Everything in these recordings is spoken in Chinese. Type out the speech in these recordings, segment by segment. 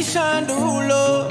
signed a ruler.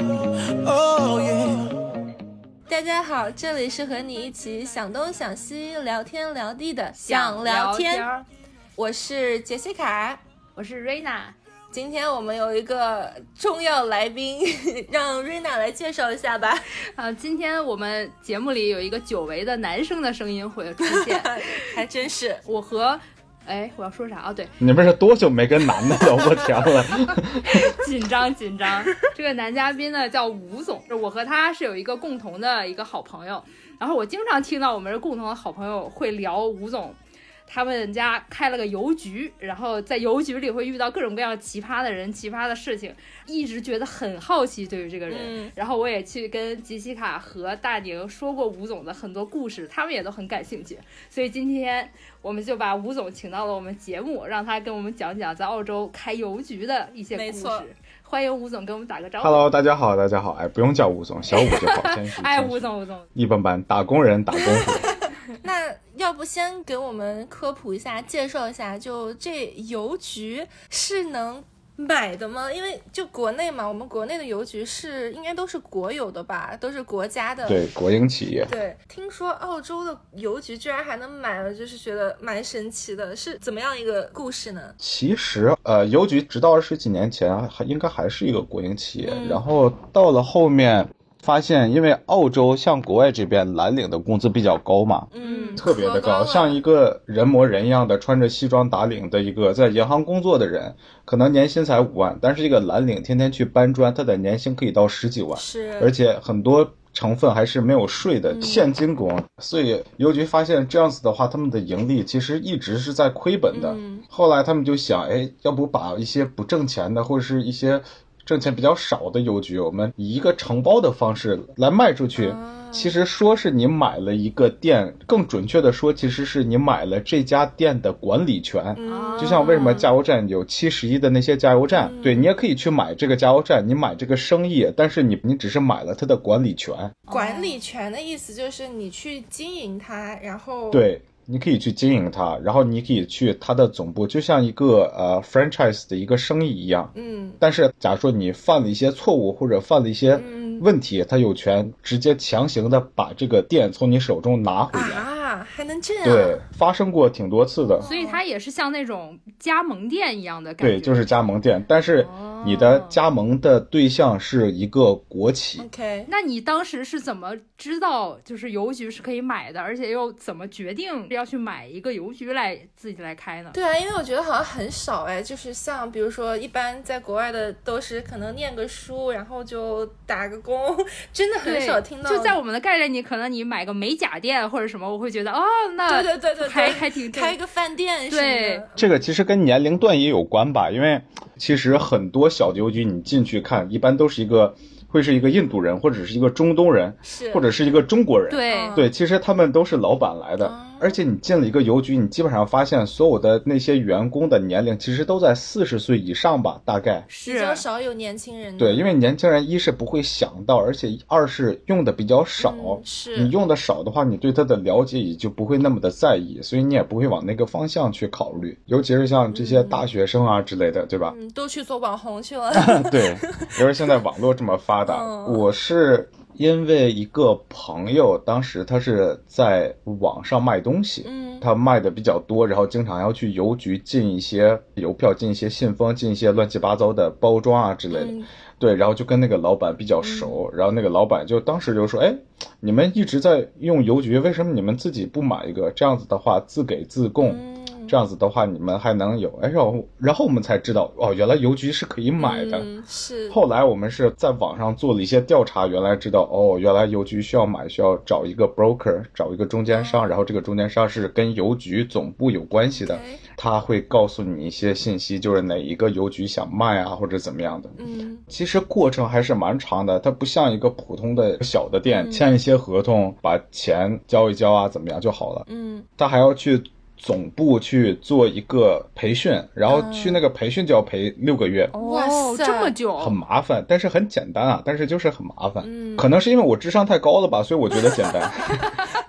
Oh yeah. 大家好，这里是和你一起想东想西聊天聊地的想聊天，我是杰西卡， 我是瑞娜。 今天我们有一个重要来宾，让瑞娜来介绍一下吧。 今天我们节目里有一个久违的男生的声音会出现， 还真是。 我和我要说啥啊？对， 你们是多久没跟男的聊过天了？ 紧张。这个男嘉宾呢叫吴总，我和他是有一个共同的一个好朋友，然后我经常听到我们这共同的好朋友会聊吴总。他们家开了个邮局，然后在邮局里会遇到各种各样奇葩的人、奇葩的事情，一直觉得很好奇对于这个人。然后我也去跟吉西卡和大宁说过吴总的很多故事，他们也都很感兴趣。所以今天我们就把吴总请到了我们节目，让他跟我们讲讲在澳洲开邮局的一些故事。欢迎吴总跟我们打个招呼。 Hello， 大家好。不用叫吴总，小吴就好。 吴总， 一般般，打工人，打工人。 那要不先给我们科普一下，介绍一下，就这邮局是能买的吗？因为就国内嘛，我们国内的邮局应该都是国有的吧，都是国家的， 对，国营企业。 对，听说澳洲的邮局居然还能买了，就是觉得蛮神奇的，是怎么样一个故事呢？ 其实邮局直到20几年前应该还是一个国营企业，然后到了后面发现，因为澳洲像国外这边蓝领的工资比较高嘛，特别的高，像一个人模人样的穿着西装打领的一个在银行工作的人，可能年薪才5万，但是一个蓝领天天去搬砖，他的年薪可以到10几万， 是， 而且很多成分还是没有税的现金工，所以邮局发现这样子的话，他们的盈利其实一直是在亏本的。后来他们就想，要不把一些不挣钱的或者是一些挣钱比较少的邮局，我们以一个承包的方式来卖出去。其实说是你买了一个店，更准确的说，其实是你买了这家店的管理权。就像为什么加油站有71的那些加油站，对，你也可以去买这个加油站，你买这个生意，但是你只是买了它的管理权。 管理权的意思就是你去经营它，然后对，你可以去经营它，然后你可以去它的总部，就像一个franchise 的一个生意一样。但是假如说你犯了一些错误或者犯了一些问题，他有权直接强行的把这个店从你手中拿回来啊，还能这样？ 对，发生过挺多次的。 所以它也是像那种加盟店一样的感觉。 对，就是加盟店，但是你的加盟的对象是一个国企。 OK， 那你当时是怎么知道就是邮局是可以买的，而且又怎么决定要去买一个邮局来自己来开呢？ 对啊，因为我觉得好像很少就是像比如说一般在国外的都是可能念个书然后就打个工，真的很少听到。 就在我们的概念里，可能你买个美甲店或者什么，我会觉得那对还挺开一个饭店什么的。 对， 这个其实跟年龄段也有关吧，因为其实很多小邮局你进去看，一般都是会是一个印度人，或者是一个中东人，或者是一个中国人。对，其实他们都是老板来的。而且你进了一个邮局，你基本上发现所有的那些员工的年龄其实都在40岁以上吧，大概比较少有年轻人。 对，因为年轻人一是不会想到，而且二是用的比较少。 是你用的少的话，你对他的了解也就不会那么的在意，所以你也不会往那个方向去考虑。尤其是像这些大学生啊之类的，对吧？ 都去做网红去了。 对，因为现在网络这么发达，我是因为一个朋友，当时他是在网上卖东西，他卖的比较多，然后经常要去邮局进一些邮票、进一些信封、进一些乱七八糟的包装啊之类的。对，然后就跟那个老板比较熟，然后那个老板就当时就说，你们一直在用邮局，为什么你们自己不买一个？这样子的话自给自供。这样子的话你们还能有然后我们才知道原来邮局是可以买的。 是后来我们是在网上做了一些调查，原来知道原来邮局需要找一个 broker， 找一个中间商，然后这个中间商是跟邮局总部有关系的，他会告诉你一些信息，就是哪一个邮局想卖啊或者怎么样的。其实过程还是蛮长的，它不像一个普通的小的店，签一些合同把钱交一交啊怎么样就好了。他还要去总部去做一个培训，然后去那个培训就要培6个月。 哇塞，这么久， 很麻烦，但是很简单啊，但是就是很麻烦。可能是因为我智商太高了吧，所以我觉得简单。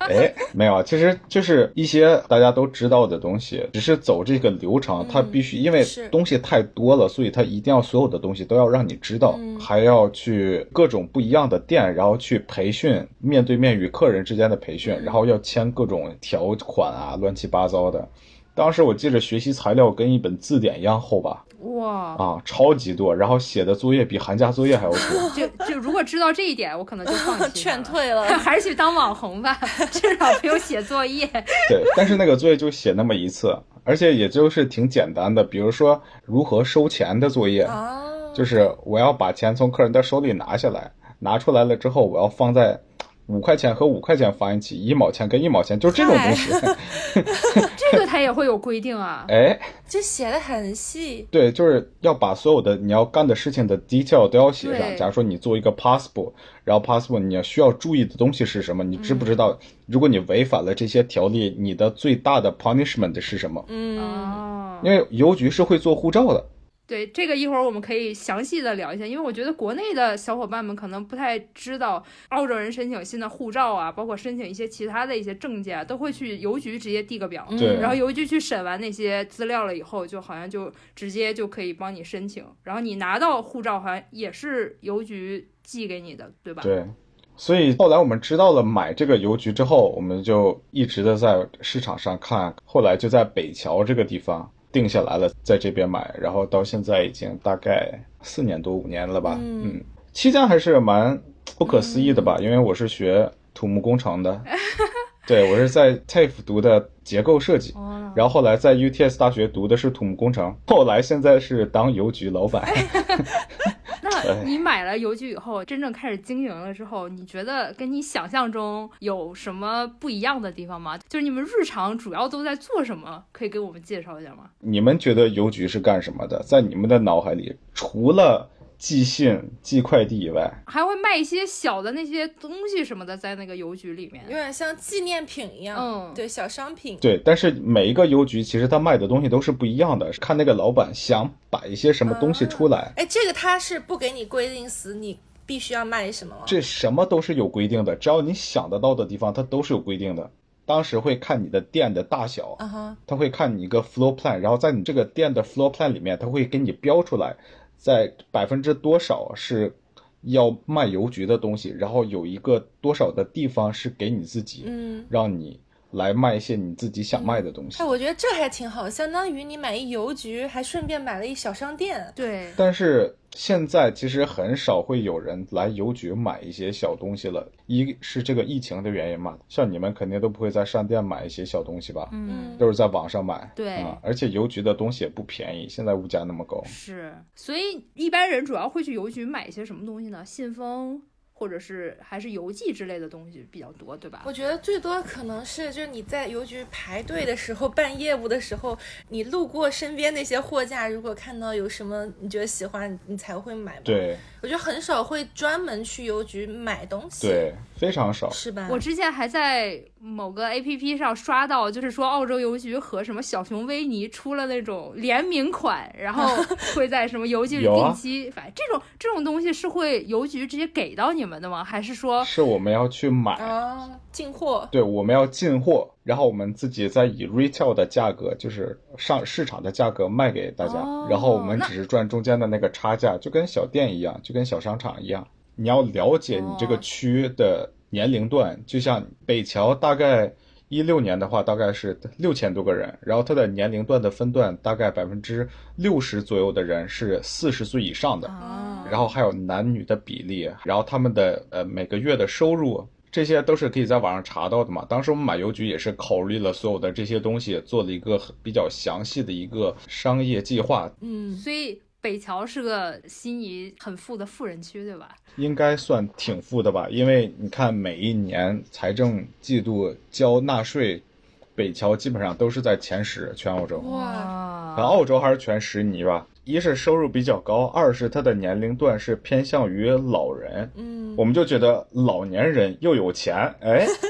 没有，其实就是一些大家都知道的东西，只是走这个流程，它必须因为东西太多了，所以它一定要所有的东西都要让你知道，还要去各种不一样的店，然后去培训，面对面与客人之间的培训，然后要签各种条款啊，乱七八糟的。当时我记得学习材料跟一本字典一样厚吧。 哇啊，超级多，然后写的作业比寒假作业还要多。 就如果知道这一点，我可能就放弃劝退了， 还是去当网红吧，至少不用写作业。 对，但是那个作业就写那么一次，而且也就是挺简单的，比如说如何收钱的作业，就是我要把钱从客人的手里拿下来，拿出来了之后，我要放在5块钱和5块钱放一起，1毛钱跟1毛钱，就是这种东西。 这个它也会有规定啊？ 就写的很细。 对，就是要把所有的你要干的事情的 detail 都要写上。假如说你做一个 possible， 然后 possible 你要需要注意的东西是什么？你知不知道？如果你违反了这些条例，你的最大的 punishment 是什么？因为邮局是会做护照的。 对，这个一会儿我们可以详细的聊一下，因为我觉得国内的小伙伴们可能不太知道，澳洲人申请新的护照啊，包括申请一些其他的一些证件啊，都会去邮局直接递个表，然后邮局去审完那些资料了以后，就好像就直接就可以帮你申请，然后你拿到护照好像也是邮局寄给你的，对吧？ 对。所以后来我们知道了买这个邮局之后，我们就一直的在市场上看，后来就在北桥这个地方定下来了，在这边买，然后到现在已经大概4年多5年了吧。期间还是蛮不可思议的吧，因为我是学土木工程的，对，我是在 TAFE 读的结构设计，然后后来在 UTS 大学读的是土木工程，后来现在是当邮局老板。 那你买了邮局以后，真正开始经营了之后，你觉得跟你想象中有什么不一样的地方吗？就是你们日常主要都在做什么？可以给我们介绍一下吗？ 你们觉得邮局是干什么的？在你们的脑海里，除了寄信、寄快递以外， 还会卖一些小的那些东西什么的，在那个邮局里面， 有点像纪念品一样。对，小商品。 对，但是每一个邮局其实他卖的东西都是不一样的，看那个老板想摆一些什么东西出来。 这个他是不给你规定死你必须要卖什么吗？ 这什么都是有规定的，只要你想得到的地方，它都是有规定的。当时会看你的店的大小，他会看你一个 floor plan， 然后在你这个店的 floor plan 里面，他会给你标出来，在多少是要卖邮局的东西，然后有一个多少的地方是给你自己，让你来卖一些你自己想卖的东西。 我觉得这还挺好，相当于你买一邮局，还顺便买了一小商店。 对。 但是现在其实很少会有人来邮局买一些小东西了，一是这个疫情的原因嘛，像你们肯定都不会在商店买一些小东西吧，都是在网上买。 对， 而且邮局的东西也不便宜，现在物价那么高。 是，所以一般人主要会去邮局买一些什么东西呢？信封或者是还是邮寄之类的东西比较多，对吧？ 我觉得最多可能是就是你在邮局排队的时候，办业务的时候，你路过身边那些货架，如果看到有什么你觉得喜欢，你才会买。 对， 我觉得很少会专门去邮局买东西。 对，非常少， 是吧？ 我之前还在某个 APP 上刷到，就是说澳洲邮局和什么小熊维尼出了那种联名款，然后会在什么邮局里定期反正这种东西是会邮局直接给到你们的吗？还是说是我们要去买进货？ 对，我们要进货，然后我们自己再以 retail 的价格，就是上市场的价格卖给大家，然后我们只是赚中间的那个差价，就跟小店一样，就跟小商场一样。你要了解你这个区的年龄段，就像北桥大概16年的话，大概是6000多个人，然后它的年龄段的分段大概60%左右的人是40岁以上的，然后还有男女的比例，然后他们的每个月的收入，这些都是可以在网上查到的嘛。当时我们买邮局也是考虑了所有的这些东西，做了一个比较详细的一个商业计划。 所以北桥是个心仪很富的富人区，对吧？ 应该算挺富的吧，因为你看每一年财政季度交纳税，北桥基本上都是在前10，全澳洲。 哇！ 澳洲还是全10尼吧。一是收入比较高，二是他的年龄段是偏向于老人。我们就觉得老年人又有钱，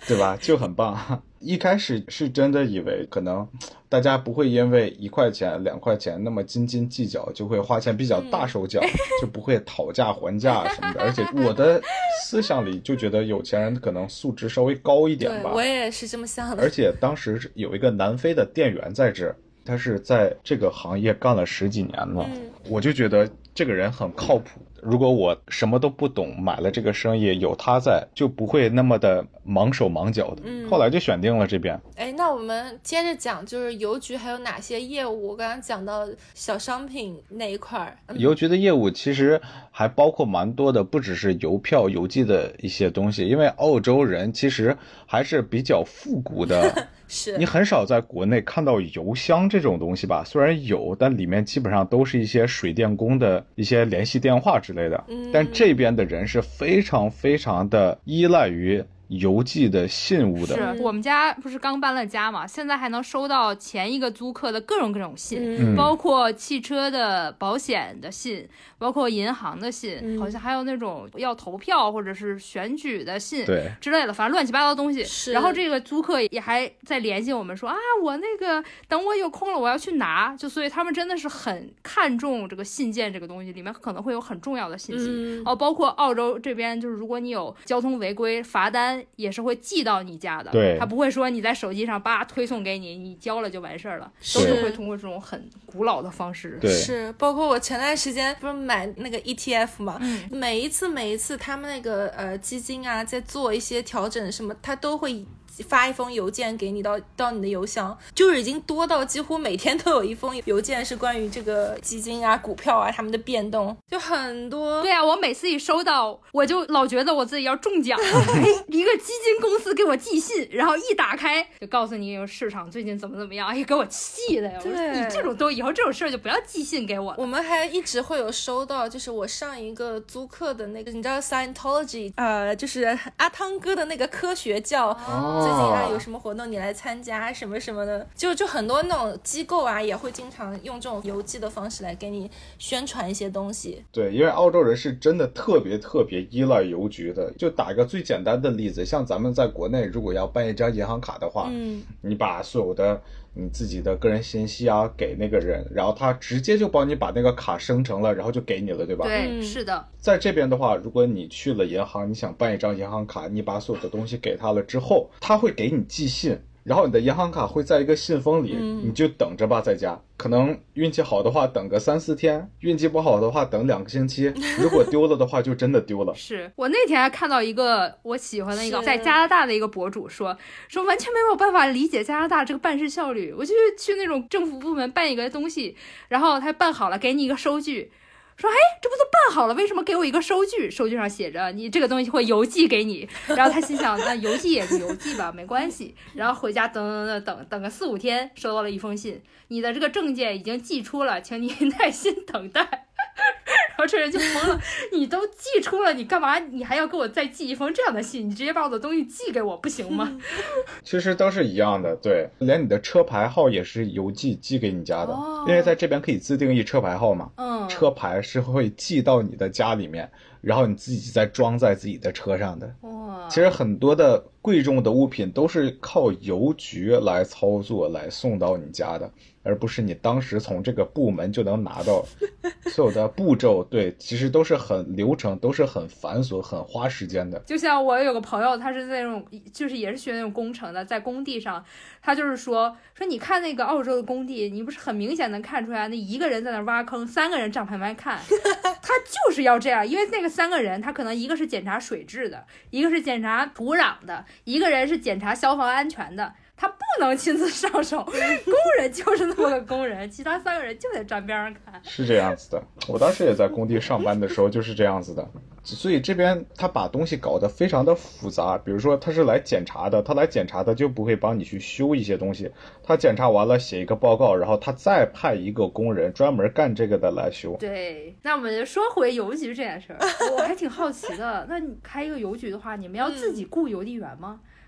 对吧？就很棒。一开始是真的以为可能大家不会因为1块钱2块钱那么斤斤计较，就会花钱比较大手脚，就不会讨价还价什么的。而且我的思想里就觉得有钱人可能素质稍微高一点吧。 对，我也是这么想的。 而且当时有一个南非的店员在这，他是在这个行业干了10几年了，我就觉得这个人很靠谱。如果我什么都不懂，买了这个生意有他在，就不会那么的忙手忙脚的。后来就选定了这边。 那我们接着讲，就是邮局还有哪些业务？我刚刚讲到小商品那一块儿， 邮局的业务其实还包括蛮多的，不只是邮票、邮寄的一些东西。因为澳洲人其实还是比较复古的。 是你很少在国内看到邮箱这种东西吧？虽然有，但里面基本上都是一些水电工的一些联系电话之类的。但这边的人是非常非常的依赖于邮寄的信物的。 是我们家不是刚搬了家嘛，现在还能收到前一个租客的各种信，包括汽车的保险的信，包括银行的信，好像还有那种要投票或者是选举的信之类的，反正乱七八糟的东西。然后这个租客也还在联系我们说啊，我那个等我有空了我要去拿，就所以他们真的是很看重这个信件这个东西，里面可能会有很重要的信息。包括澳洲这边就是如果你有交通违规罚单也是会寄到你家的， 对， 他不会说你在手机上叭推送给你，你交了就完事儿了，都是会通过这种很古老的方式。 对， 是包括我前段时间不是买那个 ETF 嘛，每一次他们那个基金啊在做一些调整什么，他都会发一封邮件给你到你的邮箱，就是已经多到几乎每天都有一封邮件是关于这个基金啊、股票啊他们的变动，就很多。 对啊，我每次一收到，我就老觉得我自己要中奖了。一个基金公司给我寄信，然后一打开就告诉你有市场最近怎么样，给我气的呀！我说你这种都以后这种事儿就不要寄信给我。 我们还一直会有收到，就是我上一个租客的那个，你知道 Scientology， 就是阿汤哥的那个科学教。最近啊有什么活动你来参加什么什么的，就很多那种机构啊也会经常用这种邮寄的方式来给你宣传一些东西。 对，因为澳洲人是真的特别依赖邮局的。就打个最简单的例子，像咱们在国内如果要办一张银行卡的话，你把所有的你自己的个人信息啊给那个人，然后他直接就帮你把那个卡生成了，然后就给你了，对吧？ 对，是的。 在这边的话，如果你去了银行，你想办一张银行卡，你把所有的东西给他了之后，他会给你寄信，然后你的银行卡会在一个信封里，你就等着吧，在家。可能运气好的话等个3、4天，运气不好的话等2个星期，如果丢了的话就真的丢了。 是我那天还看到一个我喜欢的一个在加拿大的一个博主说完全没有办法理解加拿大这个办事效率。我就去那种政府部门办一个东西，然后他办好了给你一个收据，说这不都办好了，为什么给我一个收据？收据上写着你这个东西会邮寄给你。然后他心想那邮寄也是邮寄吧，没关系。然后回家等个4、5天，收到了一封信，你的这个证件已经寄出了，请你耐心等待。然后这人就疯了，你都寄出了，你干嘛你还要给我再寄一封这样的信？你直接把我的东西寄给我不行吗？ 其实都是一样的，对，连你的车牌号也是邮寄给你家的，因为在这边可以自定义车牌号嘛，车牌是会寄到你的家里面，然后你自己再装在自己的车上的。其实很多的贵重的物品都是靠邮局来操作来送到你家的，而不是你当时从这个部门就能拿到。所有的步骤，对，其实都是很流程，都是很繁琐很花时间的。 就像我有个朋友，他是在那种就是也是学那种工程的，在工地上，他就是说你看那个澳洲的工地，你不是很明显能看出来那一个人在那挖坑，3个人站旁边看，他就是要这样，因为那个3个人他可能一个是检查水质的，一个是检查土壤的，一个人是检查消防安全的，他不能亲自上手，工人就是那么个工人，其他3个人就得站边上看。 是这样子的，我当时也在工地上班的时候就是这样子的。所以这边他把东西搞得非常的复杂，比如说他是来检查的，他来检查的就不会帮你去修一些东西，他检查完了写一个报告，然后他再派一个工人专门干这个的来修。 对，那我们就说回邮局这件事儿，我还挺好奇的，那你开一个邮局的话，你们要自己雇邮递员吗？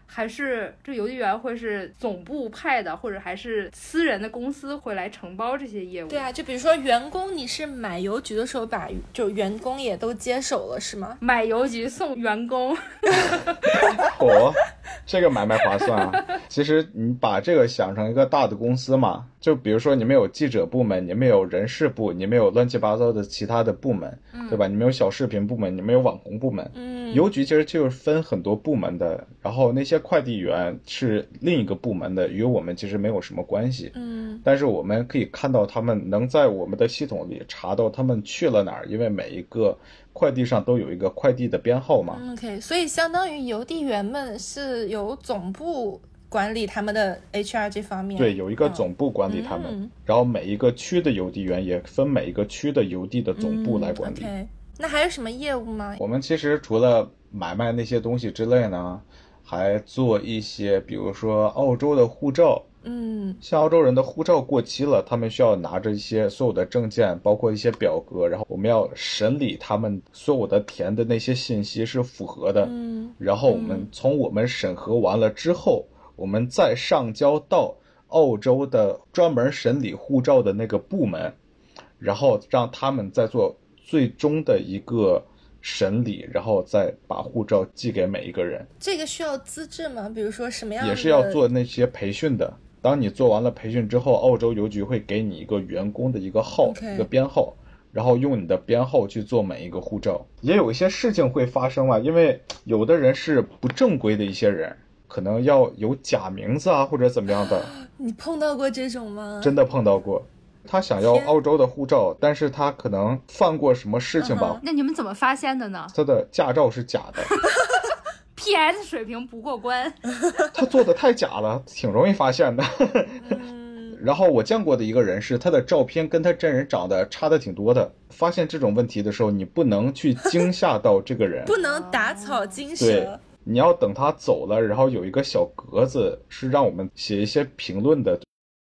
还是这邮递员会是总部派的，或者还是私人的公司会来承包这些业务？ 对啊，就比如说员工，你是买邮局的时候把就员工也都接手了是吗？ 买邮局送员工这个买卖划算啊。其实你把这个想成一个大的公司嘛，就比如说你们有记者部门，你们有人事部，你们有乱七八糟的其他的部门，对吧？你们有小视频部门，你们有网红部门，邮局其实就是分很多部门的，然后那些快递员是另一个部门的，与我们其实没有什么关系。但是我们可以看到他们能在我们的系统里查到他们去了哪儿，因为每一个快递上都有一个快递的编号嘛。 OK， 所以相当于邮递员们是由总部管理他们的 HR 这方面。 对，有一个总部管理他们，然后每一个区的邮递员也分每一个区的邮递的总部来管理。 OK， 那还有什么业务吗？ 我们其实除了买卖那些东西之类呢，还做一些，比如说澳洲的护照。像澳洲人的护照过期了，他们需要拿着一些所有的证件，包括一些表格，然后我们要审理他们所有的填的那些信息是符合的。然后我们审核完了之后，我们再上交到澳洲的专门审理护照的那个部门，然后让他们再做最终的一个审理，然后再把护照寄给每一个人。 这个需要资质吗？比如说什么样的？ 也是要做那些培训的。当你做完了培训之后，澳洲邮局会给你一个员工的一个号，一个编号，然后用你的编号去做每一个护照。也有一些事情会发生了，因为有的人是不正规的一些人，可能要有假名字啊，或者怎么样的。 你碰到过这种吗？ 真的碰到过。他想要澳洲的护照，但是他可能犯过什么事情吧。 那你们怎么发现的呢？ 他的驾照是假的。 PS 水平不过关。 他做的太假了，挺容易发现的。然后我见过的一个人是他的照片跟他真人长得差的挺多的。发现这种问题的时候，你不能去惊吓到这个人， 不能打草惊蛇。 对，你要等他走了，然后有一个小格子是让我们写一些评论的。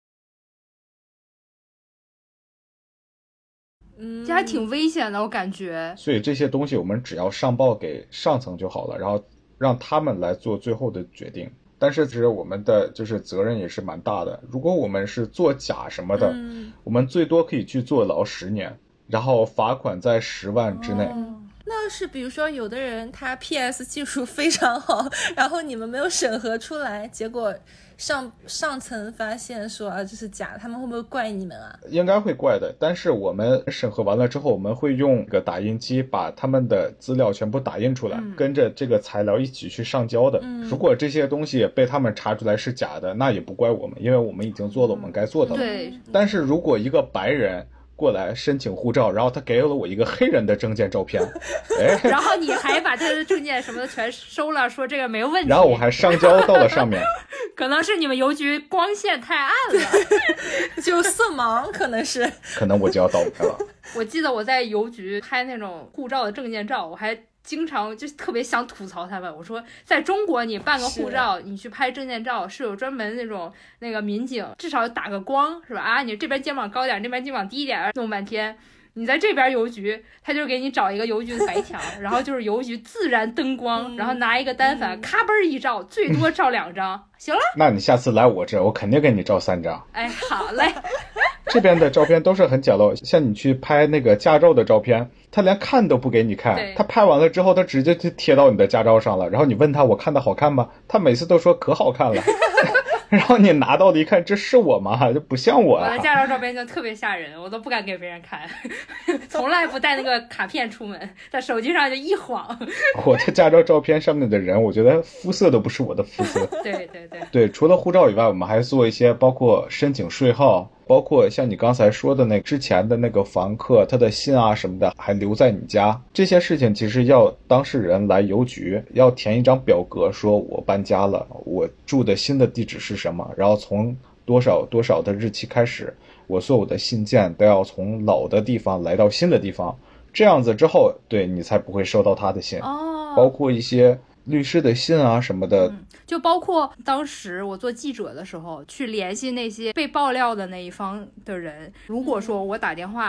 这还挺危险的，我感觉。 所以这些东西我们只要上报给上层就好了，然后让他们来做最后的决定。但是其实我们的就是责任也是蛮大的。如果我们是做假什么的，我们最多可以去坐牢10年，然后罚款在10万之内。 那要是比如说有的人他 PS 技术非常好，然后你们没有审核出来，结果上层发现说这是假，他们会不会怪你们啊？ 应该会怪的，但是我们审核完了之后，我们会用个打印机把他们的资料全部打印出来，跟着这个材料一起去上交的。如果这些东西被他们查出来是假的，那也不怪我们，因为我们已经做了我们该做的了。 对。 但是如果一个白人过来申请护照，然后他给了我一个黑人的证件照片， 然后你还把他的证件什么的全收了，说这个没有问题， 然后我还上交到了上面。 可能是你们邮局光线太暗了， 就色盲，可能我就要倒霉了。 我记得我在邮局拍那种护照的证件照，我还经常就特别想吐槽他们，我说在中国你办个护照，你去拍证件照是有专门那个民警，至少打个光是吧？你这边肩膀高点，那边肩膀低点，弄半天。你在这边邮局，他就给你找一个邮局的白墙，然后就是邮局自然灯光，然后拿一个单反，咔嘣一照，最多照2张，行了。 那你下次来我这，我肯定给你照3张。 哎，好嘞。 这边的照片都是很简陋，像你去拍那个驾照的照片，他连看都不给你看，他拍完了之后，他直接就贴到你的驾照上了，然后你问他我看的好看吗？他每次都说可好看了。然后你拿到了一看，这是我吗？这不像我啊。 我的驾照照片就特别吓人，我都不敢给别人看，从来不带那个卡片出门，在手机上就一晃。 我的驾照照片上面的人，我觉得肤色都不是我的肤色。对，除了护照以外，我们还做一些包括申请税号，包括像你刚才说的那之前的那个房客他的信啊什么的还留在你家，这些事情其实要当事人来邮局要填一张表格，说我搬家了，我住的新的地址是什么，然后从多少多少的日期开始，我所有的信件都要从老的地方来到新的地方，这样子之后对你才不会收到他的信。包括一些律师的信啊什么的。 就包括当时我做记者的时候去联系那些被爆料的那一方的人，如果说我打电话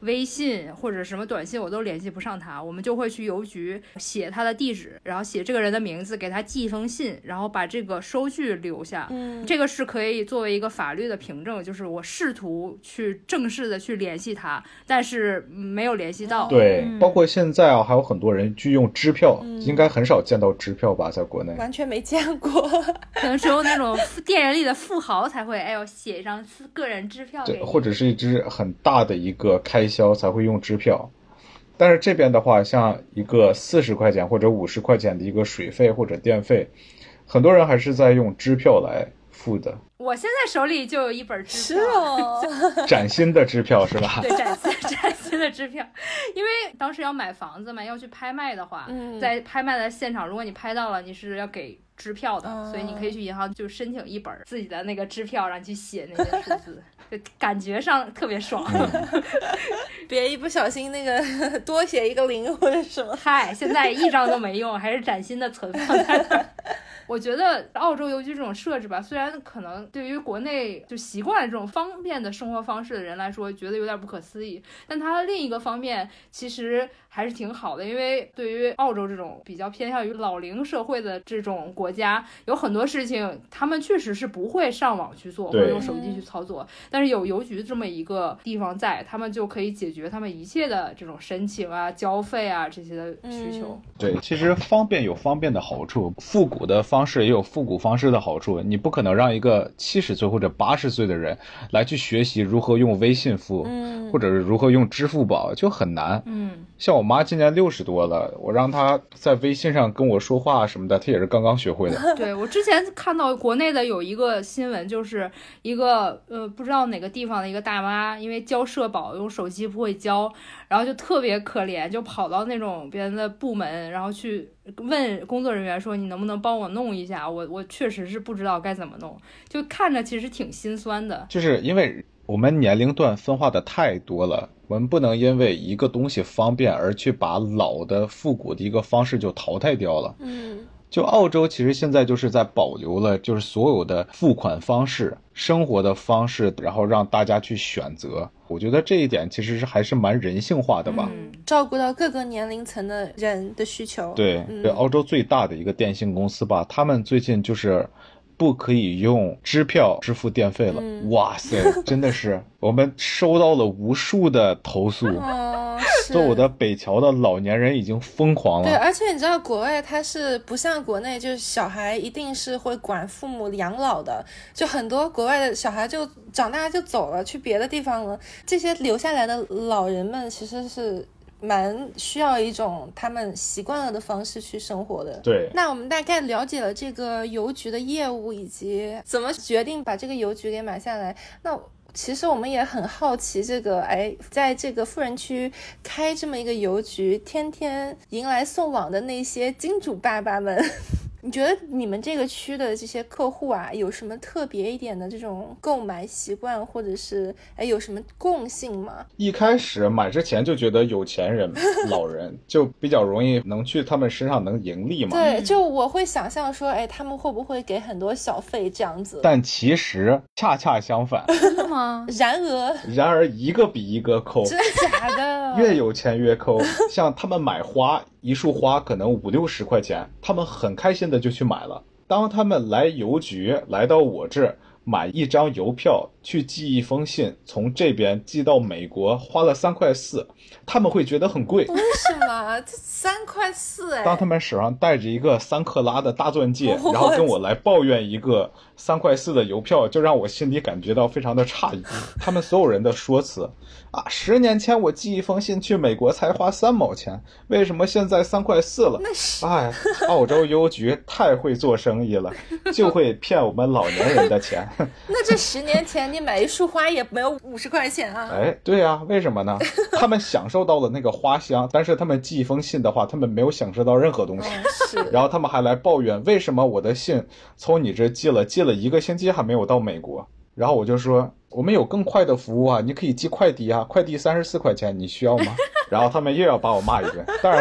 微信或者什么短信我都联系不上他，我们就会去邮局写他的地址，然后写这个人的名字，给他寄一封信，然后把这个收据留下。这个是可以作为一个法律的凭证，就是我试图去正式的去联系他，但是没有联系到。 对，包括现在啊，还有很多人去用支票，应该很少见到支票吧，在国内完全没见过。 可能只有那种电影里的富豪才会，哎呦，写一张个人支票给你， 或者是一支很大的一个开销才会用支票。但是这边的话，像一个40块钱或者50块钱的一个水费或者电费，很多人还是在用支票来付的。 我现在手里就有一本支票， 是哦， 崭新的支票是吧？ 对，崭新的支票，因为当时要买房子嘛，要去拍卖的话，在拍卖的现场，如果你拍到了，你是要给支票的，所以你可以去银行就申请一本自己的那个支票，让你去写那些数字，就感觉上特别爽。 别一不小心那个多写一个0或者什么。 嗨，现在一张都没用，还是崭新的存放在那儿。我觉得澳洲邮局这种设置吧，虽然可能对于国内就习惯了这种方便的生活方式的人来说，觉得有点不可思议，但它另一个方面其实还是挺好的，因为对于澳洲这种比较偏向于老龄社会的这种国家，有很多事情他们确实是不会上网去做或者用手机去操作，但是有邮局这么一个地方在，他们就可以解决他们一切的这种申请啊、交费啊这些的需求。 对，其实方便有方便的好处，复古的方式也有复古方式的好处。你不可能让一个70岁或者80岁的人来去学习如何用微信付，或者是如何用支付宝，就很难。像我妈今年60多了，我让她在微信上跟我说话什么的，她也是刚刚学会的。 对，我之前看到国内的有一个新闻，就是一个不知道哪个地方的一个大妈，因为交社保用手机不会交，然后就特别可怜，就跑到那种别人的部门，然后去问工作人员说，你能不能帮我弄一下，我确实是不知道该怎么弄，就看着其实挺心酸的。就是因为我们年龄段分化的太多了，我们不能因为一个东西方便而去把老的复古的一个方式就淘汰掉了。就澳洲其实现在就是在保留了就是所有的付款方式、生活的方式，然后让大家去选择。我觉得这一点其实还是蛮人性化的吧， 照顾到各个年龄层的人的需求。 对，澳洲最大的一个电信公司吧，他们最近就是不可以用支票支付电费了。哇塞，真的是我们收到了无数的投诉。所有的北侨的老年人已经疯狂了。 对，而且你知道国外它是不像国内，就是小孩一定是会管父母养老的，就很多国外的小孩就长大就走了，去别的地方了。这些留下来的老人们其实是蛮需要一种他们习惯了的方式去生活的。 对， 那我们大概了解了这个邮局的业务以及怎么决定把这个邮局给买下来。那其实我们也很好奇，这个在这个富人区开这么一个邮局，天天迎来送往的那些金主爸爸们你觉得你们这个区的这些客户啊，有什么特别一点的这种购买习惯，或者是有什么共性吗？ 一开始买之前就觉得有钱人老人就比较容易能去他们身上能盈利嘛。 对，就我会想象说他们会不会给很多小费这样子， 但其实恰恰相反。 真的吗？ 然而一个比一个抠。 真的假的？ 越有钱越抠。像他们买花，一束花可能50-60块钱，他们很开心的就去买了。当他们来邮局来到我这买一张邮票去寄一封信，从这边寄到美国花了3块4，他们会觉得很贵。 为什么？这3块4 当他们手上戴着一个3克拉的大钻戒，然后跟我来抱怨一个3块4的邮票，就让我心里感觉到非常的诧异。他们所有人的说辞啊，10年前我寄一封信去美国才花3毛钱，为什么现在3块4了？澳洲邮局太会做生意了，就会骗我们老年人的钱。 那这10年前你买一束花也没有50块钱啊？ 对啊，为什么呢？他们享受到了那个花香，但是他们寄一封信的话，他们没有享受到任何东西。然后他们还来抱怨，为什么我的信从你这寄了1个星期还没有到美国？然后我就说，我们有更快的服务啊，你可以寄快递啊，快递34块钱，你需要吗？然后他们又要把我骂一顿。当然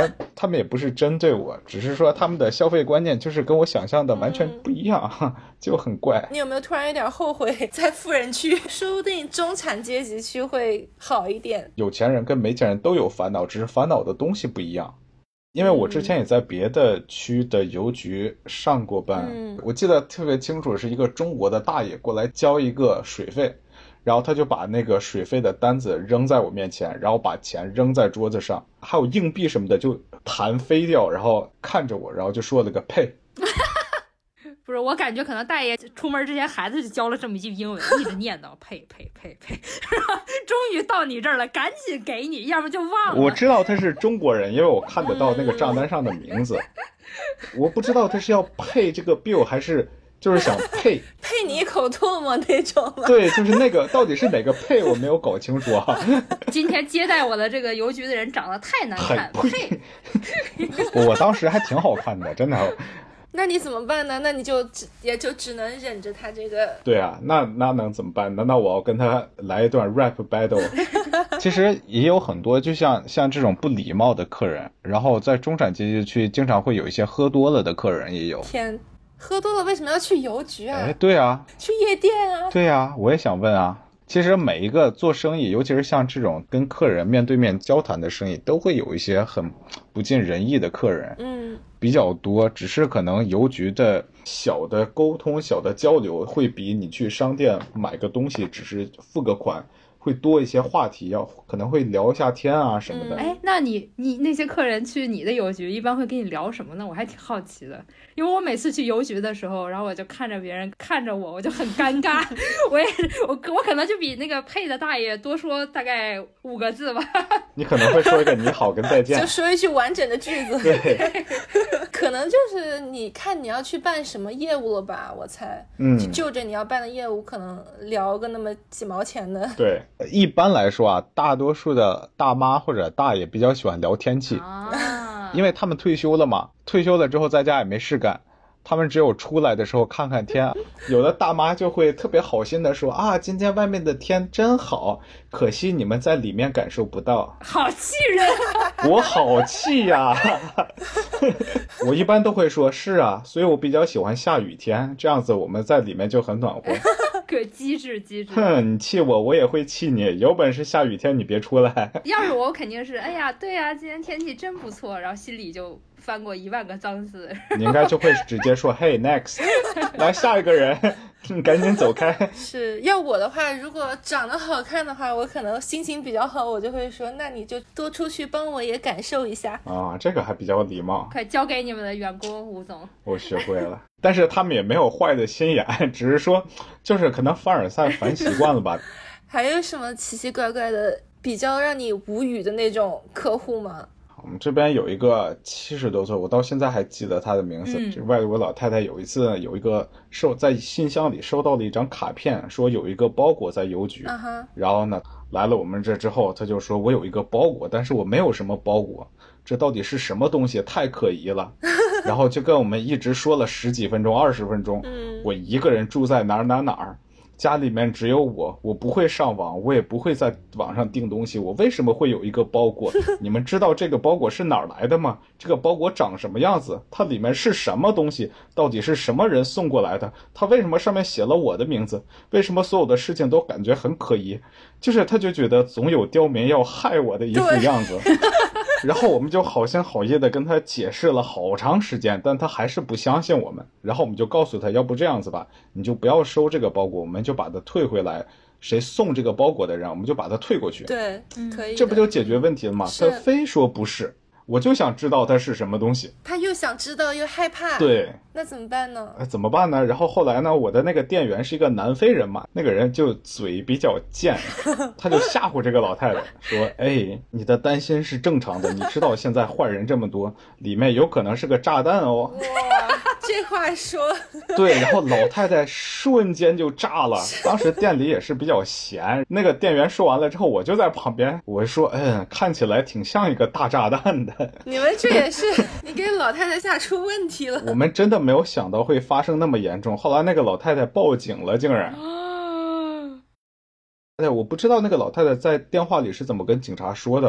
他们也不是针对我，只是说他们的消费观念就是跟我想象的完全不一样，就很怪。 你有没有突然有点后悔在富人区？说不定中产阶级区会好一点。 有钱人跟没钱人都有烦恼，只是烦恼的东西不一样。因为我之前也在别的区的邮局上过班，我记得特别清楚，是一个中国的大爷过来交一个水费，然后他就把那个水费的单子扔在我面前，然后把钱扔在桌子上，还有硬币什么的就弹飞掉，然后看着我，然后就说了个呸。 不是，我感觉可能大爷出门之前孩子就教了这么一句英文，一直念叨呸呸呸呸，终于到你这儿了，赶紧给你，要不就忘了。 我知道他是中国人，因为我看得到那个账单上的名字，我不知道他是要配这个 bill 还是就是想配你一口唾沫那种吗？ 对，就是那个到底是哪个配我没有搞清楚啊。 今天接待我的这个邮局的人长得太难看，呸！ 我当时还挺好看的，真的。 那你怎么办呢？那你就也就只能忍着他这个。 对啊，那能怎么办？难道我要跟他来一段 rap battle？ 其实也有很多，就像这种不礼貌的客人，然后在中产阶级区经常会有一些喝多了的客人也有。 天，喝多了为什么要去邮局啊？ 哎，对啊， 去夜店啊？ 对啊，我也想问啊。其实每一个做生意，尤其是像这种跟客人面对面交谈的生意，都会有一些很不尽人意的客人，比较多。只是可能邮局的小的沟通、小的交流，会比你去商店买个东西，只是付个款，会多一些话题，可能会聊一下天啊什么的。 哎，那你那些客人去你的邮局，一般会跟你聊什么呢？我还挺好奇的，因为我每次去邮局的时候，然后我就看着别人看着我，我就很尴尬。我可能就比那个配的大爷多说大概5个字吧。 你可能会说一个你好跟再见， 就说一句完整的句子。 对， 可能就是你看你要去办什么业务了吧，我猜。就着你要办的业务，可能聊个那么几毛钱的。 对，一般来说啊，大多数的大妈或者大爷比较喜欢聊天气，因为他们退休了嘛，退休了之后在家也没事干，他们只有出来的时候看看天。有的大妈就会特别好心的说啊，今天外面的天真好，可惜你们在里面感受不到。 好气人啊！ 我好气呀！我一般都会说是啊，所以我比较喜欢下雨天，这样子我们在里面就很暖和。 可机智。 哼，你气我，我也会气你。有本事下雨天你别出来。 要是我肯定是，哎呀，对呀，今天天气真不错，然后心里就翻过10000个脏字。你应该就会直接说，Hey next， 来下一个人，你赶紧走开。 是要我的话，如果长得好看的话，我可能心情比较好，我就会说，那你就多出去帮我也感受一下啊，这个还比较礼貌。 快交给你们的员工吴总。 我学会了。但是他们也没有坏的心眼，只是说就是可能凡尔赛烦习惯了吧。 还有什么奇奇怪怪的比较让你无语的那种客户吗？ 我们这边有一个70多岁，我到现在还记得他的名字，这外国老太太。有一次有一个在信箱里收到了一张卡片，说有一个包裹在邮局，然后呢来了我们这之后，他就说我有一个包裹，但是我没有什么包裹，这到底是什么东西，太可疑了。然后就跟我们一直说了10几分钟20分钟，我一个人住在哪儿，家里面只有我不会上网，我也不会在网上订东西，我为什么会有一个包裹？你们知道这个包裹是哪儿来的吗？这个包裹长什么样子？它里面是什么东西？到底是什么人送过来的？它为什么上面写了我的名字？为什么所有的事情都感觉很可疑？就是他就觉得总有刁民要害我的一副样子。然后我们就好心好意的跟他解释了好长时间，但他还是不相信我们。然后我们就告诉他，要不这样子吧，你就不要收这个包裹，我们就把它退回来，谁送这个包裹的人我们就把它退过去。 对，可以。 这不就解决问题了吗？他非说不是，我就想知道它是什么东西。 他又想知道又害怕。 对， 那怎么办呢？ 怎么办呢？然后后来呢，我的那个店员是一个南非人嘛，那个人就嘴比较贱，他就吓唬这个老太太说，哎，你的担心是正常的，你知道现在坏人这么多，里面有可能是个炸弹哦。 哇，这话说。 对，然后老太太瞬间就炸了。当时店里也是比较闲，那个店员说完了之后，我就在旁边，我说，看起来挺像一个大炸弹的。 你们这也是，你给老太太吓出问题了。 我们真的没有想到会发生那么严重，后来那个老太太报警了，竟然。我不知道那个老太太在电话里是怎么跟警察说的，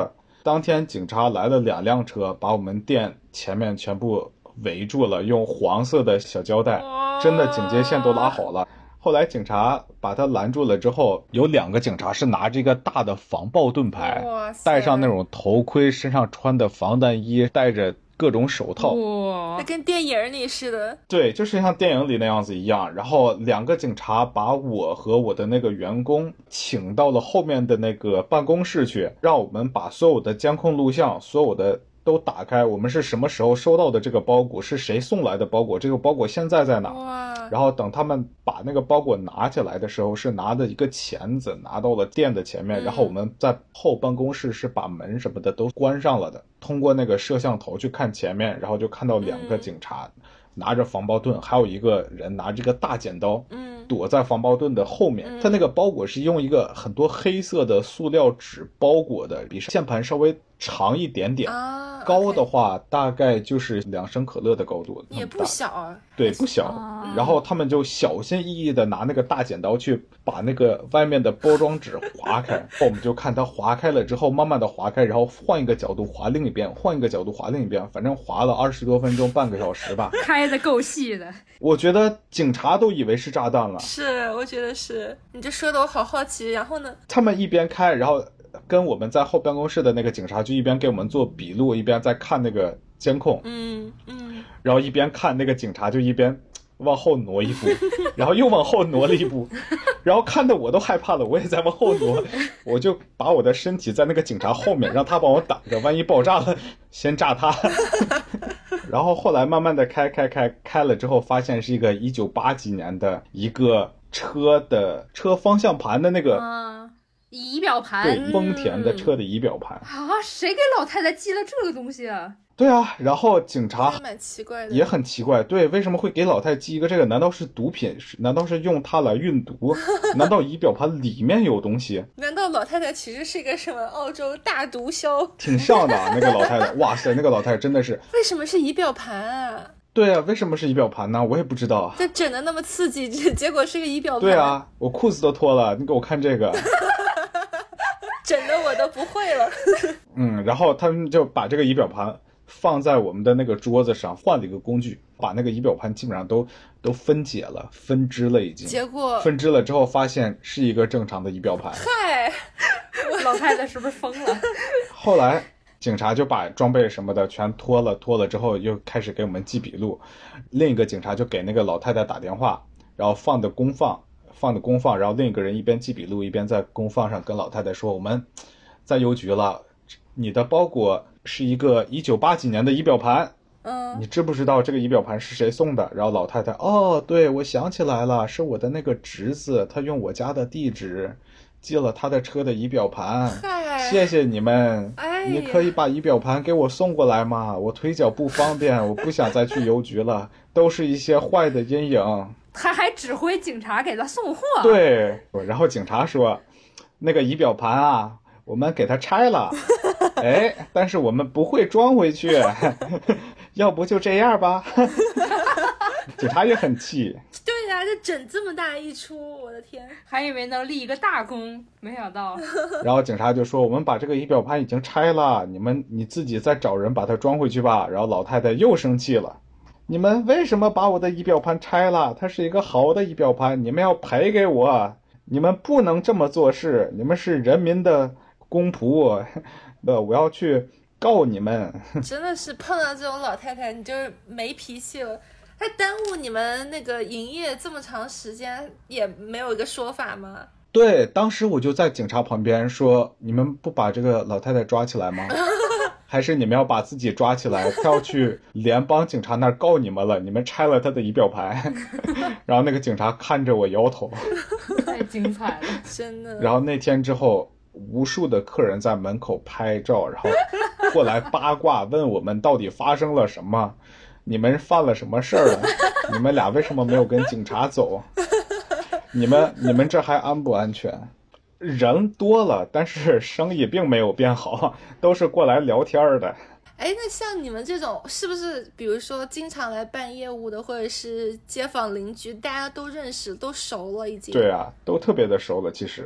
当天警察来了2辆车，把我们店前面全部围住了，用黄色的小胶带，真的警戒线都拉好了。后来警察把他拦住了之后，有2个警察是拿着一个大的防爆盾牌，戴上那种头盔，身上穿的防弹衣，戴着各种手套， 哇， 那跟电影里似的。 对，就是像电影里那样子一样。然后2个警察把我和我的那个员工请到了后面的那个办公室去，让我们把所有的监控录像，所有的都打开，我们是什么时候收到的这个包裹，是谁送来的包裹，这个包裹现在在哪。然后等他们把那个包裹拿起来的时候，是拿的一个钳子拿到了店的前面，然后我们在后办公室是把门什么的都关上了的，通过那个摄像头去看前面，然后就看到2个警察拿着防爆盾，还有一个人拿着个大剪刀，躲在防爆盾的后面。他那个包裹是用一个很多黑色的塑料纸包裹的，比键盘稍微长一点点，高的话大概就是2升可乐的高度， 也不小啊。 对，不小。然后他们就小心翼翼的拿那个大剪刀去把那个外面的包装纸划开，我们就看它划开了之后慢慢的划开，然后换一个角度划另一边，换一个角度划另一边，反正划了20多分钟，半个小时吧。 开的够细的。 我觉得警察都以为是炸弹了。 是，我觉得是。你这说的我好好奇。然后呢？ 他们一边开，然后跟我们在后办公室的那个警察就一边给我们做笔录，一边在看那个监控。然后一边看那个警察就一边往后挪一步，然后又往后挪了一步，然后看得我都害怕了，我也在往后挪，我就把我的身体在那个警察后面，让他帮我挡着，万一爆炸了先炸他。然后后来慢慢的开了之后，发现是一个1980几年的一个车方向盘的那个仪表盘， 对，丰田的车的仪表盘啊，谁给老太太寄了这个东西啊？ 对啊，然后警察蛮奇怪的， 也很奇怪，对，为什么会给老太寄一个这个？难道是毒品？难道是用它来运毒？难道仪表盘里面有东西？ 难道老太太其实是一个什么澳洲大毒枭？ 挺像的，那个老太太，哇塞，那个老太太真的是。 为什么是仪表盘啊？ 对啊，为什么是仪表盘呢？我也不知道。 这整的那么刺激，结果是个仪表盘。 对啊，我裤子都脱了，你给我看这个。 整的我都不会了。 然后他们就把这个仪表盘放在我们的那个桌子上，换了一个工具，把那个仪表盘基本上都分解了，分支了已经。 结果分支了之后发现是一个正常的仪表盘。 嗨， 老太太是不是疯了？ 后来警察就把装备什么的全脱了之后又开始给我们记笔录，另一个警察就给那个老太太打电话，然后放的公放，然后另一个人一边记笔录一边在公放上跟老太太说，我们在邮局了，你的包裹是一个1980几年的仪表盘，你知不知道这个仪表盘是谁送的？然后老太太，哦，对，我想起来了，是我的那个侄子，他用我家的地址寄了他的车的仪表盘，谢谢你们，你可以把仪表盘给我送过来吗？我腿脚不方便，我不想再去邮局了，都是一些坏的阴影。 他还指挥警察给他送货。 对，然后警察说，那个仪表盘啊，我们给它拆了，但是我们不会装回去，要不就这样吧。警察也很气。 对呀，就整这么大一出，我的天！ 还以为能立一个大功，没想到。 然后警察就说，我们把这个仪表盘已经拆了，你自己再找人把它装回去吧。然后老太太又生气了，你们为什么把我的仪表盘拆了？它是一个好的仪表盘，你们要赔给我，你们不能这么做事，你们是人民的公仆，我要去告你们。 真的是碰到这种老太太你就没脾气了，她耽误你们那个营业这么长时间也没有一个说法吗？ 对，当时我就在警察旁边说，你们不把这个老太太抓起来吗？还是你们要把自己抓起来，他要去联邦警察那儿告你们了，你们拆了他的仪表盘。然后那个警察看着我摇头。 太精彩了， 真的。 然后那天之后，无数的客人在门口拍照，然后过来八卦问我们到底发生了什么，你们犯了什么事儿了？你们俩为什么没有跟警察走？你们这还安不安全？人多了，但是生意并没有变好，都是过来聊天的。 那像你们这种是不是比如说经常来办业务的，或者是街坊邻居，大家都认识都熟了已经？ 对啊，都特别的熟了。其实